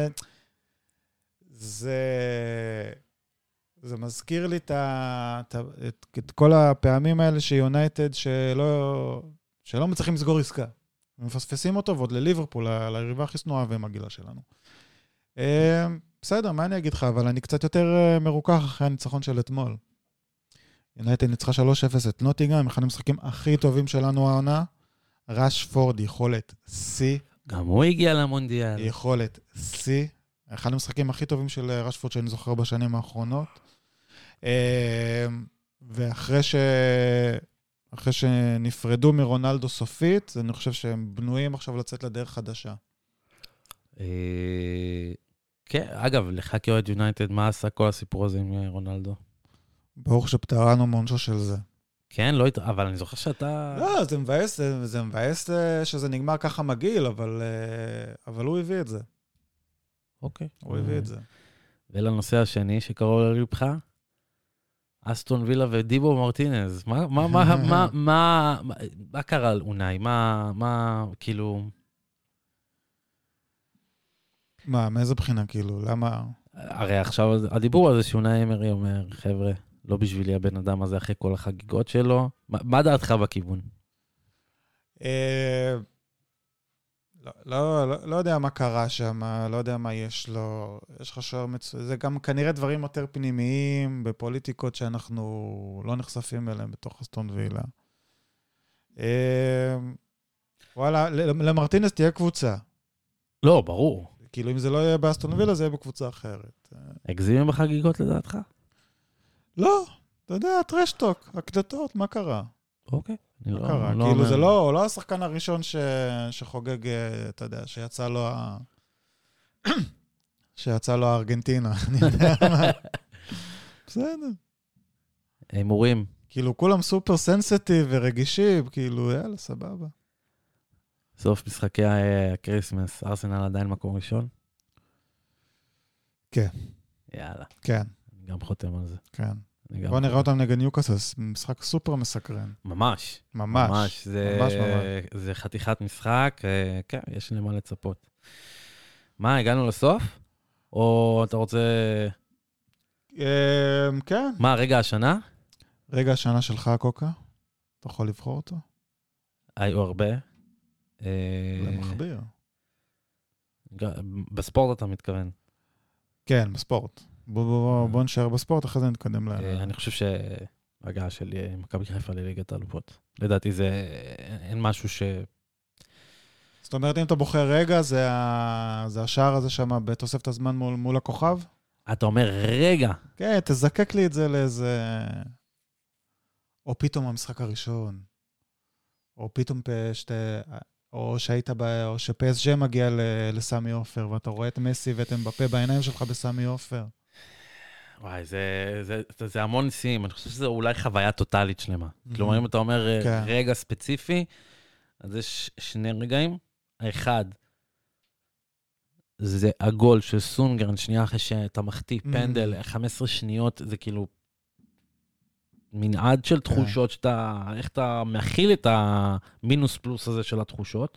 [SPEAKER 1] זה מזכיר לי את כל הפעמים האלה שיונייטד שלא מצליחים לסגור עסקה. מפספסים אותו, ועוד לליברפול, ליריבה הכי שנואה ומגילה שלנו. בסדר, מה אני אגיד לך? אבל אני קצת יותר מרוכח אחרי הניצחון של אתמול. יונייטד ניצחה 3-0 את נוטינגהאם, אחד המשחקים הכי טובים שלנו העונה. רשפורד, יכולת C.
[SPEAKER 2] גם הוא הגיע למונדיאל.
[SPEAKER 1] יכולת C. אחד המשחקים הכי טובים של רשפורד שאני זוכר בשנים האחרונות. ואחרי אחרי שנפרדו מרונלדו סופית, אני חושב שהם בנויים עכשיו לצאת לדרך חדשה.
[SPEAKER 2] כן, אגב, לך כאוהד יונייטד, מה עשה כל הסיפור הזה עם רונלדו?
[SPEAKER 1] ברוך שפטרנו מעונשו של זה.
[SPEAKER 2] כן, לא, אבל אני זוכר שאתה...
[SPEAKER 1] לא, זה מבאס שזה נגמר ככה מגעיל, אבל הוא הביא את זה.
[SPEAKER 2] אוקיי.
[SPEAKER 1] הוא הביא את זה.
[SPEAKER 2] ולנושא השני שקרוב ללבך, אסטון וילה ודיבו מרטינז. מה קרה על אונאי? כאילו...
[SPEAKER 1] מאיזה בחינה, כאילו? למה?
[SPEAKER 2] הרי עכשיו הדיבור הזה שאונאי אמרי אומר, חבר'ה, לא בשבילי הבן אדם הזה אחרי כל החגיגות שלו. מה דעתך בכיוון?
[SPEAKER 1] לא יודע מה קרה שם, לא יודע מה יש לו. יש לך שוער מצוין. זה גם כנראה דברים יותר פנימיים בפוליטיקות שאנחנו לא נחשפים אליהם בתוך אסטון וילה. וואלה, למרטינס תהיה קבוצה.
[SPEAKER 2] לא, ברור.
[SPEAKER 1] כאילו אם זה לא יהיה באסטון וילה, זה יהיה בקבוצה אחרת.
[SPEAKER 2] הגזימים בחגיגות לדעתך?
[SPEAKER 1] לא, אתה יודע, טרשטוק, הקלטות, מה קרה?
[SPEAKER 2] אוקיי.
[SPEAKER 1] מה קרה? כאילו זה לא השחקן הראשון שחוגג, אתה יודע, שיצא לו הארגנטינה. אני יודע מה. בסדר.
[SPEAKER 2] הימורים.
[SPEAKER 1] כאילו כולם סופר סנסיטיב ורגישים, כאילו יאללה, סבבה.
[SPEAKER 2] סוף משחקי הקריסמס, ארסנל עדיין מקום ראשון?
[SPEAKER 1] כן.
[SPEAKER 2] יאללה.
[SPEAKER 1] כן.
[SPEAKER 2] אני גם חותם על זה.
[SPEAKER 1] כן. בוא נראה אותם נגד ניוקאסל, משחק סופר מסקרן.
[SPEAKER 2] ממש.
[SPEAKER 1] ממש.
[SPEAKER 2] זה חתיכת משחק, כן, יש למה לצפות. מה, הגענו לסוף? או אתה רוצה...
[SPEAKER 1] כן.
[SPEAKER 2] מה, רגע השנה?
[SPEAKER 1] רגע השנה שלך, קוקה? אתה יכול לבחור אותו?
[SPEAKER 2] היו הרבה.
[SPEAKER 1] זה מחביר.
[SPEAKER 2] בספורט אתה מתכוון?
[SPEAKER 1] כן, בספורט. בוא נשאר בספורט, אחרי זה נתקדם ל...
[SPEAKER 2] אני חושב שהגעה של מכבי חיפה לליגת האלופות. לדעתי זה... אין משהו ש...
[SPEAKER 1] זאת אומרת, אם אתה בוחר רגע, זה השער הזה שם בתוספת הזמן מול הכוכב?
[SPEAKER 2] אתה אומר רגע.
[SPEAKER 1] כן, תזקק לי את זה לאיזה... או פתאום המשחק הראשון. או פתאום או שהיית או שפסג' מגיע לסמי אופר, ואתה רואה את מסי ואת אמבפה בעיניים שלך בסמי אופר.
[SPEAKER 2] וואי, זה המון ניסים. אני חושב שזה אולי חוויה טוטלית שלמה. כלומר, אם אתה אומר רגע ספציפי, אז יש שני רגעים. האחד, זה הגול של סונגרן, שנייה אחרי שאתה מחטיא פנדל, 15 שניות, זה כאילו מנעד של תחושות, איך אתה מכיל את המינוס פלוס הזה של התחושות.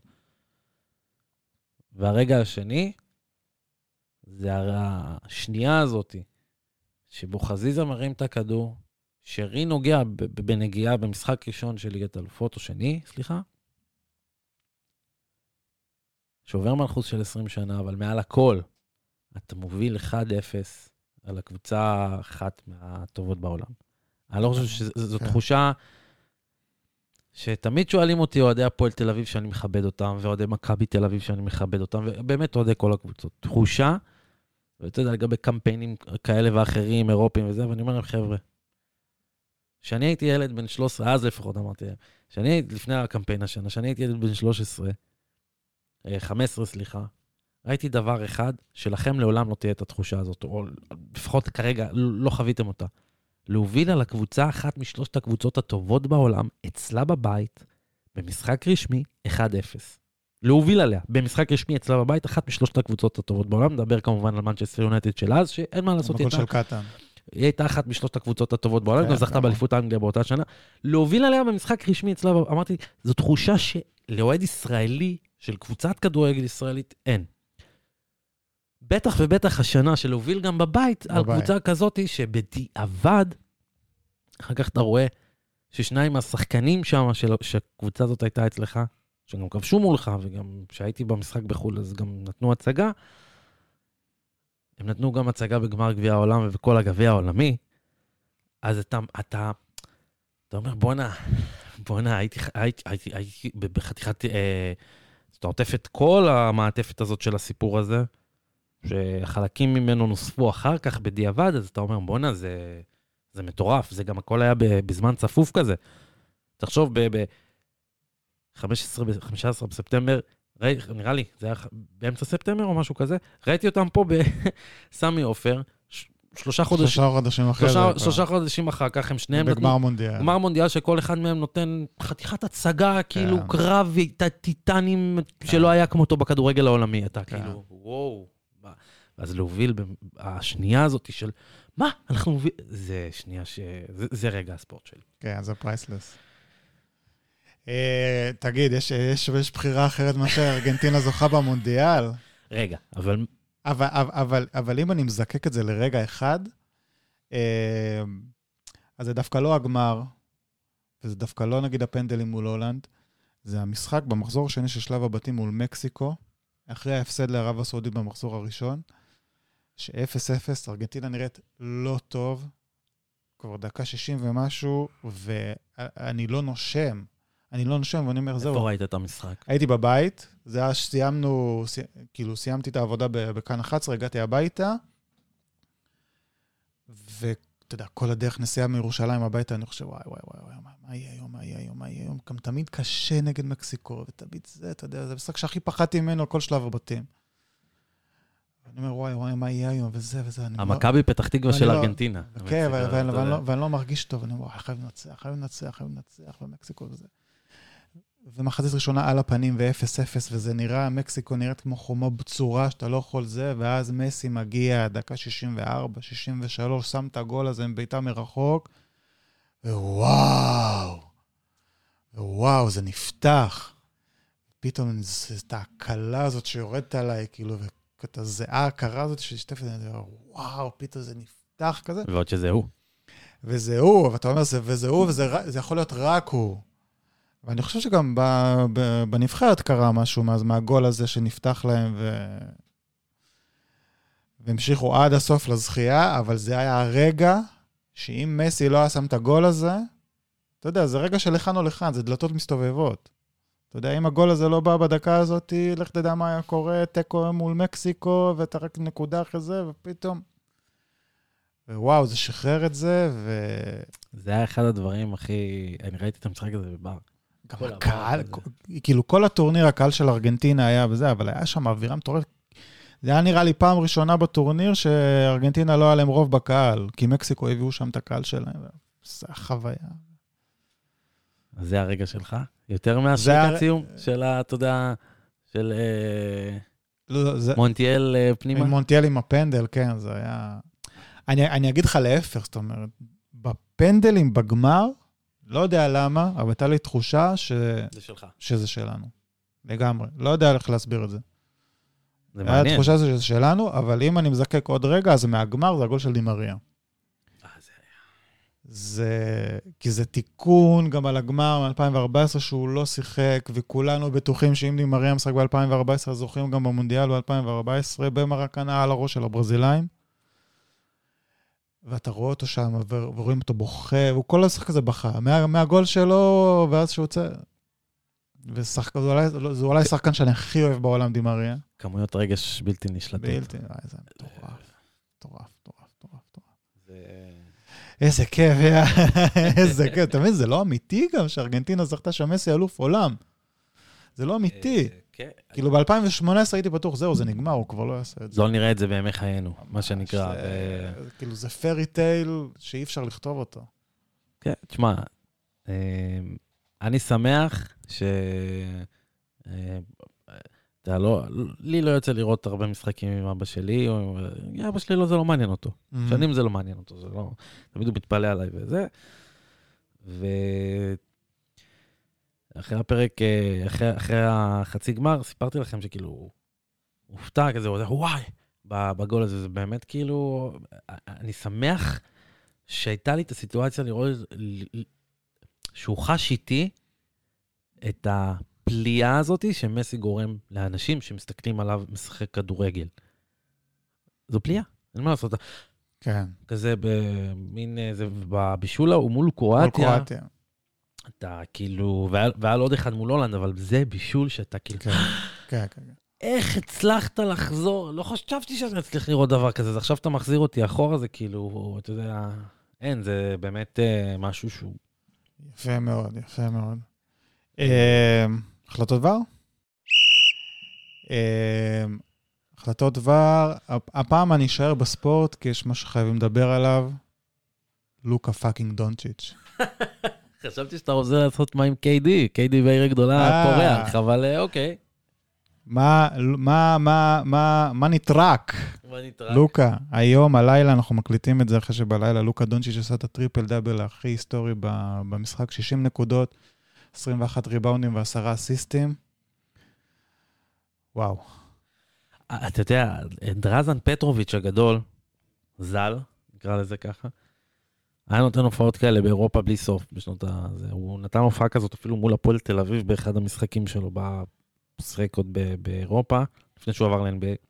[SPEAKER 2] והרגע השני, זה השנייה הזאת, שבו חזיזה מרים את הכדור, שרי נוגע בנגיעה במשחק ראשון של ליגת האלופות, או שני, סליחה, שעובר מלכוס של 20 שנה, אבל מעל הכל, אתה מוביל 1-0 על הקבוצה אחת מהטובות בעולם. אני לא חושב שזו תחושה שתמיד שואלים אותי אוהדי הפועל תל אביב שאני מכבד אותם, ואוהדי מכבי תל אביב שאני מכבד אותם, ובאמת אוהדי כל הקבוצות. תחושה, ואתה יודע, לגבי קמפיינים כאלה ואחרים, אירופיים וזה, ואני אומר להם, חבר'ה, שאני הייתי ילד בן 13, אז לפחות אמרתי להם, שאני הייתי, לפני הקמפיין השנה, שאני הייתי ילד בן 15, סליחה, ראיתי דבר אחד, שלכם לעולם לא תהיה את התחושה הזאת, או לפחות כרגע לא חוויתם אותה. להוביל על הקבוצה אחת משלושת הקבוצות הטובות בעולם, אצלה בבית, במשחק רשמי, 1-0. להוביל עליה, במשחק רשמי אצלה בבית, אחת משלושת הקבוצות הטובות בעולם, נדבר כמובן על מנצ'סטר יונייטד של אז, שאין מה לעשות איתה.
[SPEAKER 1] של קטן.
[SPEAKER 2] היא הייתה אחת משלושת הקבוצות הטובות בעולם, גם זכתה באליפות האנגליה באותה שנה. להוביל עליה במשחק רשמי אצלה, אמרתי, זו תחושה שלאוהד ישראלי, של קבוצת כדורגל ישראלית, אין. בטח ובטח השנה של להוביל גם בבית, על קבוצה כזאת שבדיעבד, אחר כך אתה רואה ששניים מהשחקנים שם, שהקבוצה הזאת הייתה אצלך, שגם כבשו מולך, וגם שהייתי במשחק בחול, אז גם נתנו הצגה, הם נתנו גם הצגה בגמר גביע העולם ובכל הגביע העולמי, אז אתה אומר, בואנה, הייתי בחתיכת, אתה עוטף את כל המעטפת הזאת של הסיפור הזה, שחלקים ממנו נוספו אחר כך בדיעבד, אז אתה אומר, בואנה, זה זה מטורף, זה גם הכל היה בזמן צפוף כזה. תחשוב, ב-15 בספטמבר, נראה לי, זה היה באמצע ספטמבר או משהו כזה, ראיתי אותם פה בסמי עופר, 3 חודשים אחרי זה. 3 חודשים אחר כך, הם שניהם נתנו...
[SPEAKER 1] בגמר מונדיאל.
[SPEAKER 2] גמר מונדיאל שכל אחד מהם נותן חתיכת הצגה, כאילו קרב, טיטנים שלא היה כמותו בכדורגל העולמי. אתה כאילו, וואו. אז להוביל השנייה הזאת של, מה? אנחנו מוביל... זה שנייה זה רגע הספורט שלי.
[SPEAKER 1] כן, זה פרייסלס. תגיד, יש בחירה אחרת מה שארגנטינה זוכה במונדיאל?
[SPEAKER 2] רגע,
[SPEAKER 1] אבל אם אני מזקק את זה לרגע אחד, אז זה דווקא לא הגמר, וזה דווקא לא נגיד הפנדלים מול הולנד, זה המשחק במחזור השני של שלב הבתים מול מקסיקו, אחרי ההפסד לערב הסעודית במחזור הראשון, ש-0-0, ארגנטינה נראית לא טוב, כבר דקה 60 ומשהו, ואני לא נושם, ואני אומר, זהו.
[SPEAKER 2] איפה ראית את המשחק?
[SPEAKER 1] הייתי בבית, זה היה שסיימנו, כאילו סיימתי את העבודה בכאן 11, הגעתי הביתה, ואתה יודע, כל הדרך נסיעה מירושלים הביתה, אני חושב, וואי, מה יהיה היום? גם תמיד קשה נגד מקסיקו, ותמיד זה, אתה יודע, זה משחק שהכי פחדתי ממנו כל שלב הבתים. אני אומר, וואי, מה יהיה היום, וזה.
[SPEAKER 2] המכבי פתח תקווה של ארגנטינה.
[SPEAKER 1] כן, ואני לא מרגיש טוב, אני אומר, חייב לנצח, ומקסיקו וזה. ומחצית ראשונה על הפנים ו-0-0, וזה נראה, מקסיקו נראית כמו חומה בצורה, שאתה לא יכול זה, ואז מסי מגיע, דקה 64, 63, שם את הגול הזה עם ביתה מרחוק, ווואו, זה נפתח. פתאום את ההקלה הזאת שיורדת עליי, כאילו, ואת הזיעה הקרה הזאת ששתפת, וואו, פתאום זה נפתח כזה.
[SPEAKER 2] ועוד שזה הוא.
[SPEAKER 1] וזה הוא, ואתה אומר, וזה הוא, וזה יכול להיות רק הוא. ואני חושב שגם בנבחרת קרה משהו מהגול הזה שנפתח להם, והמשיכו עד הסוף לזכייה, אבל זה היה הרגע שאם מסי לא היה שם את הגול הזה, אתה יודע, זה רגע של לכאן או לכאן, זה דלתות מסתובבות. אתה יודע, אם הגול הזה לא בא בדקה הזאת, לך תדע מה היה קורה, תיקו מול מקסיקו, ואתה רק נקודה אחרי זה, ופתאום... ווואו, זה שחרר את זה,
[SPEAKER 2] זה היה אחד הדברים הכי... אני ראיתי את המשחק הזה בבר.
[SPEAKER 1] גם הקהל, כאילו כל הטורניר, הקהל של ארגנטינה היה בזה, אבל היה שם אווירה מטורפת. זה היה נראה לי פעם ראשונה בטורניר שארגנטינה לא היה להם רוב בקהל, כי מקסיקו הביאו שם את הקהל שלהם, זה החוויה.
[SPEAKER 2] אז זה הרגע שלך? יותר מהשקע ציום של, אתה יודע, של מונטיאל פנימה?
[SPEAKER 1] מונטיאל עם הפנדל, כן, זה היה... אני אגיד לך להפך, זאת אומרת, בפנדלים בגמר, לא יודע למה, אבל הייתה לי תחושה שזה שלנו. לגמרי. לא יודע איך להסביר את זה.
[SPEAKER 2] זה מעניין.
[SPEAKER 1] היה תחושה שזה שלנו, אבל אם אני מזקק עוד רגע, אז מהגמר זה הגול של דימריה. כי זה תיקון גם על הגמר מ-2014 שהוא לא שיחק, וכולנו בטוחים שאם דימריה משחק ב-2014, אז זוכים גם במונדיאל ב-2014, במרקנה על הראש של הברזילאים. ואתה רואה אותו שם, ורואים אותו בוכה, והוא כל השחק כזה בכה, מהגול שלו, ואז שהוא יוצא, זה אולי שחקן שאני הכי אוהב בעולם, דימריה.
[SPEAKER 2] כמויות רגש בלתי נשלטות.
[SPEAKER 1] זה מטורף. איזה כיף, איזה כיף, אתה מבין, זה לא אמיתי גם, שארגנטינה זכתה שמסי אלוף עולם. זה לא אמיתי. כאילו ב-2018 הייתי בטוח, זהו, זה נגמר, הוא כבר לא יעשה את זה.
[SPEAKER 2] לא נראה את זה בימי חיינו, מה שנקרא.
[SPEAKER 1] כאילו זה פרי טייל שאי אפשר לכתוב אותו.
[SPEAKER 2] כן, תשמע, אני שמח לי לא יוצא לראות הרבה משחקים עם אבא שלי, אבא שלי זה לא מעניין אותו. שנים זה לא מעניין אותו, זה לא, תמיד הוא מתפלא עליי וזה. אחרי הפרק, אחרי החצי גמר, סיפרתי לכם שכאילו, הופתע כזה, וואי, בגול הזה, זה באמת כאילו, אני שמח שהייתה לי את הסיטואציה לראות, שהוא חש איתי את הפליאה הזאת, שמסי גורם לאנשים שמסתכלים עליו משחק כדורגל. זו פליאה, אין מה לעשות.
[SPEAKER 1] כן.
[SPEAKER 2] כזה במין, זה בבישול הוא מול קרואטיה. אתה כאילו, והיה עוד אחד מול הולנד, אבל זה בישול שאתה כאילו...
[SPEAKER 1] כן.
[SPEAKER 2] איך הצלחת לחזור? לא חשבתי שאני אצליח לראות דבר כזה, אז עכשיו אתה מחזיר אותי אחורה, זה כאילו, אתה יודע, אין, זה באמת משהו שהוא...
[SPEAKER 1] יפה מאוד, יפה מאוד. החלטות דבר? החלטות דבר, הפעם אני אשאר בספורט, כי יש מה שחייבים לדבר עליו, לוקה פאקינג דונצ'יץ'.
[SPEAKER 2] חשבתי שאתה רוצה לעשות מה עם KD, KD בעיר גדולה פורח, אבל אוקיי.
[SPEAKER 1] מה נטרק? לוקה, היום, הלילה, אנחנו מקליטים את זה אחרי שבלילה, לוקה דונצ'יץ' עשה את הטריפל דאבל הכי היסטורי במשחק, 60 נקודות, 21 ריבאונדים ו10 אסיסטים. וואו.
[SPEAKER 2] אתה יודע, דרזן פטרוביץ' הגדול, זל, נקרא לזה ככה, היה נותן הופעות כאלה באירופה בלי סוף בשנות הזה. הוא נתן הופעה כזאת אפילו מול הפועל תל אביב באחד המשחקים שלו, בשחק עוד באירופה, לפני שהוא עבר ל-NBA.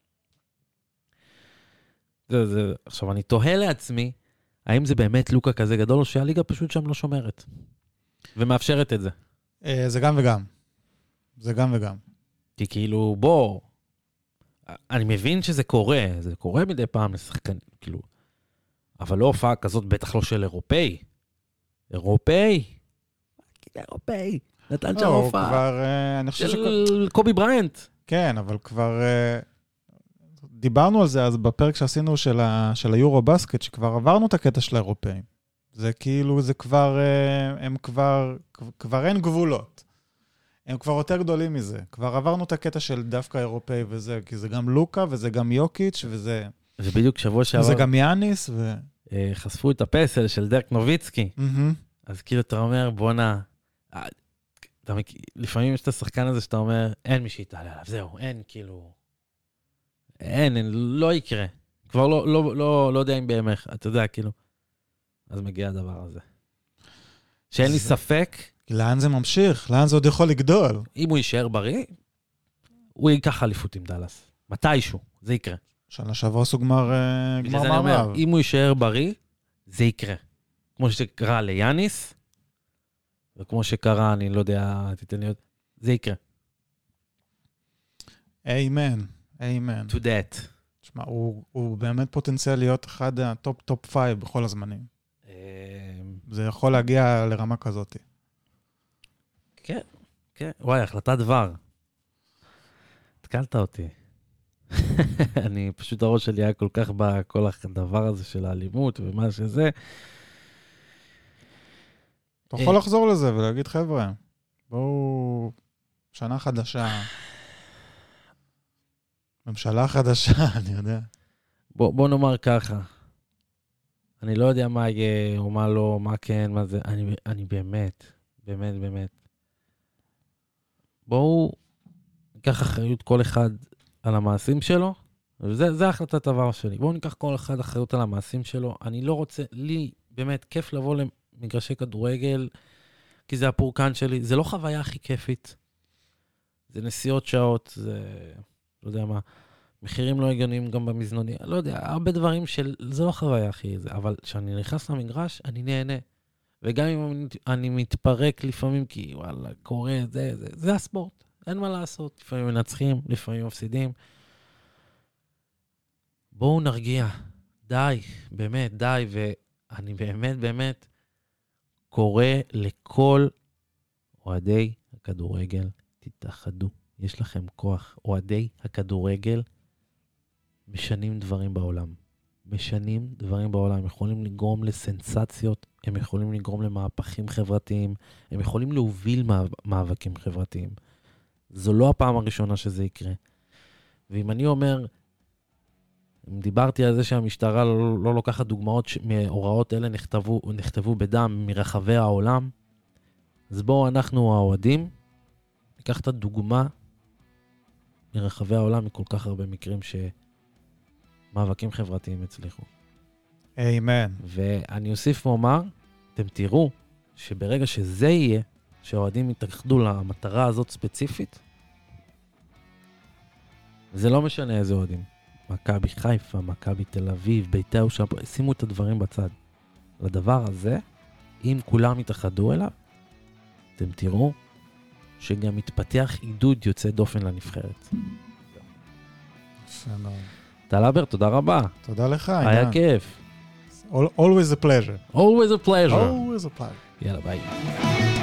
[SPEAKER 2] עכשיו, אני תוהה לעצמי, האם זה באמת לוקה כזה גדול, או שהליגה פשוט שם לא שומרת, ומאפשרת את זה.
[SPEAKER 1] זה גם וגם. זה גם וגם.
[SPEAKER 2] כי כאילו, בוא, אני מבין שזה קורה, זה קורה מדי פעם לשחקנים, כאילו, אבל לא הופעה כזאת, בטח לא של אירופאי. אירופאי? אירופאי. נתן שם הופעה.
[SPEAKER 1] כבר, אני חושב
[SPEAKER 2] של קובי בריינט.
[SPEAKER 1] כן, אבל כבר דיברנו על זה אז בפרק שעשינו של היורו בסקט, שכבר עברנו את הקטע של האירופאים. זה כאילו, זה כבר, הם כבר אין גבולות. הם כבר יותר גדולים מזה. כבר עברנו את הקטע של דווקא אירופאי וזה, כי זה גם לוקה וזה גם יוקיץ' וזה...
[SPEAKER 2] זה בדיוק שבוע שעבר.
[SPEAKER 1] זה גם יאניס ו...
[SPEAKER 2] חשפו את הפסל של דרק נוביצקי. אז כאילו אתה אומר, בוא'נה, לפעמים יש את השחקן הזה שאתה אומר, אין מי שיתעלה עליו, זהו, אין כאילו, אין, לא יקרה. כבר לא יודע אם באמת, אתה יודע, כאילו. אז מגיע הדבר הזה. שאין לי ספק.
[SPEAKER 1] לאן זה ממשיך? לאן זה עוד יכול לגדול?
[SPEAKER 2] אם הוא יישאר בריא, הוא ייקח אליפות עם דלס. מתישהו, זה יקרה.
[SPEAKER 1] שנה שעברה עשו גמר מערב.
[SPEAKER 2] אם הוא יישאר בריא, זה יקרה. כמו שקרה ליאניס, וכמו שקרה, אני לא יודע, תיתן לי עוד, זה יקרה.
[SPEAKER 1] אמן, אמן.
[SPEAKER 2] To that.
[SPEAKER 1] תשמע, הוא באמת פוטנציאל להיות אחד הטופ 5 בכל הזמנים. זה יכול להגיע לרמה כזאת.
[SPEAKER 2] כן, כן. וואי, החלטת דבר. התקלת אותי. אני פשוט הראש שלי היה כל כך בכל הדבר הזה של האלימות ומה שזה.
[SPEAKER 1] אתה יכול לחזור לזה ולהגיד, חבר'ה, בואו, שנה חדשה, ממשלה חדשה, אני יודע.
[SPEAKER 2] בוא נאמר ככה, אני לא יודע מה יהיה, או מה לא, מה כן, מה זה, אני באמת, באמת, באמת. בואו ניקח אחריות כל אחד על המעשים שלו, וזה החלטת דבר שלי. בואו ניקח כל אחד אחריות על המעשים שלו. אני לא רוצה, לי באמת כיף לבוא למגרשי כדורגל, כי זה הפורקן שלי. זה לא חוויה הכי כיפית. זה נסיעות שעות, זה לא יודע מה, מחירים לא הגיוניים גם במזנונים, לא יודע, הרבה דברים זה לא חוויה הכי זה, אבל כשאני נכנס למגרש, אני נהנה. וגם אם אני מתפרק לפעמים, כי וואלה, קורה, זה הספורט. אין מה לעשות. לפעמים מנצחים, לפעמים מפסידים. בואו נרגיע. די, באמת, די. ואני באמת, באמת קורא לכל אוהדי הכדורגל, תתאחדו. יש לכם כוח. אוהדי הכדורגל משנים דברים בעולם. משנים דברים בעולם. הם יכולים לגרום לסנסציות, הם יכולים לגרום למהפכים חברתיים, הם יכולים להוביל מאבקים חברתיים. זו לא הפעם הראשונה שזה יקרה. ואם אני אומר, אם דיברתי על זה שהמשטרה לא לוקחת דוגמאות מהוראות אלה נכתבו בדם מרחבי העולם, אז בואו אנחנו האוהדים, ניקח את הדוגמה מרחבי העולם מכל כך הרבה מקרים שמאבקים חברתיים הצליחו.
[SPEAKER 1] אמן.
[SPEAKER 2] ואני אוסיף ואומר, אתם תראו שברגע שזה יהיה, שהאוהדים יתאחדו למטרה הזאת ספציפית, זה לא משנה איזה אוהדים. מכבי חיפה, מכבי תל אביב, בית"ר ירושלים, שימו את הדברים בצד. לדבר הזה, אם כולם יתאחדו אליו, אתם תראו שגם מתפתח עידוד יוצא דופן לנבחרת.
[SPEAKER 1] יפה מאוד.
[SPEAKER 2] טל הבר, תודה רבה.
[SPEAKER 1] תודה לך.
[SPEAKER 2] היה כיף.
[SPEAKER 1] always a pleasure.
[SPEAKER 2] Always a pleasure.
[SPEAKER 1] Always a pleasure.
[SPEAKER 2] יאללה, ביי.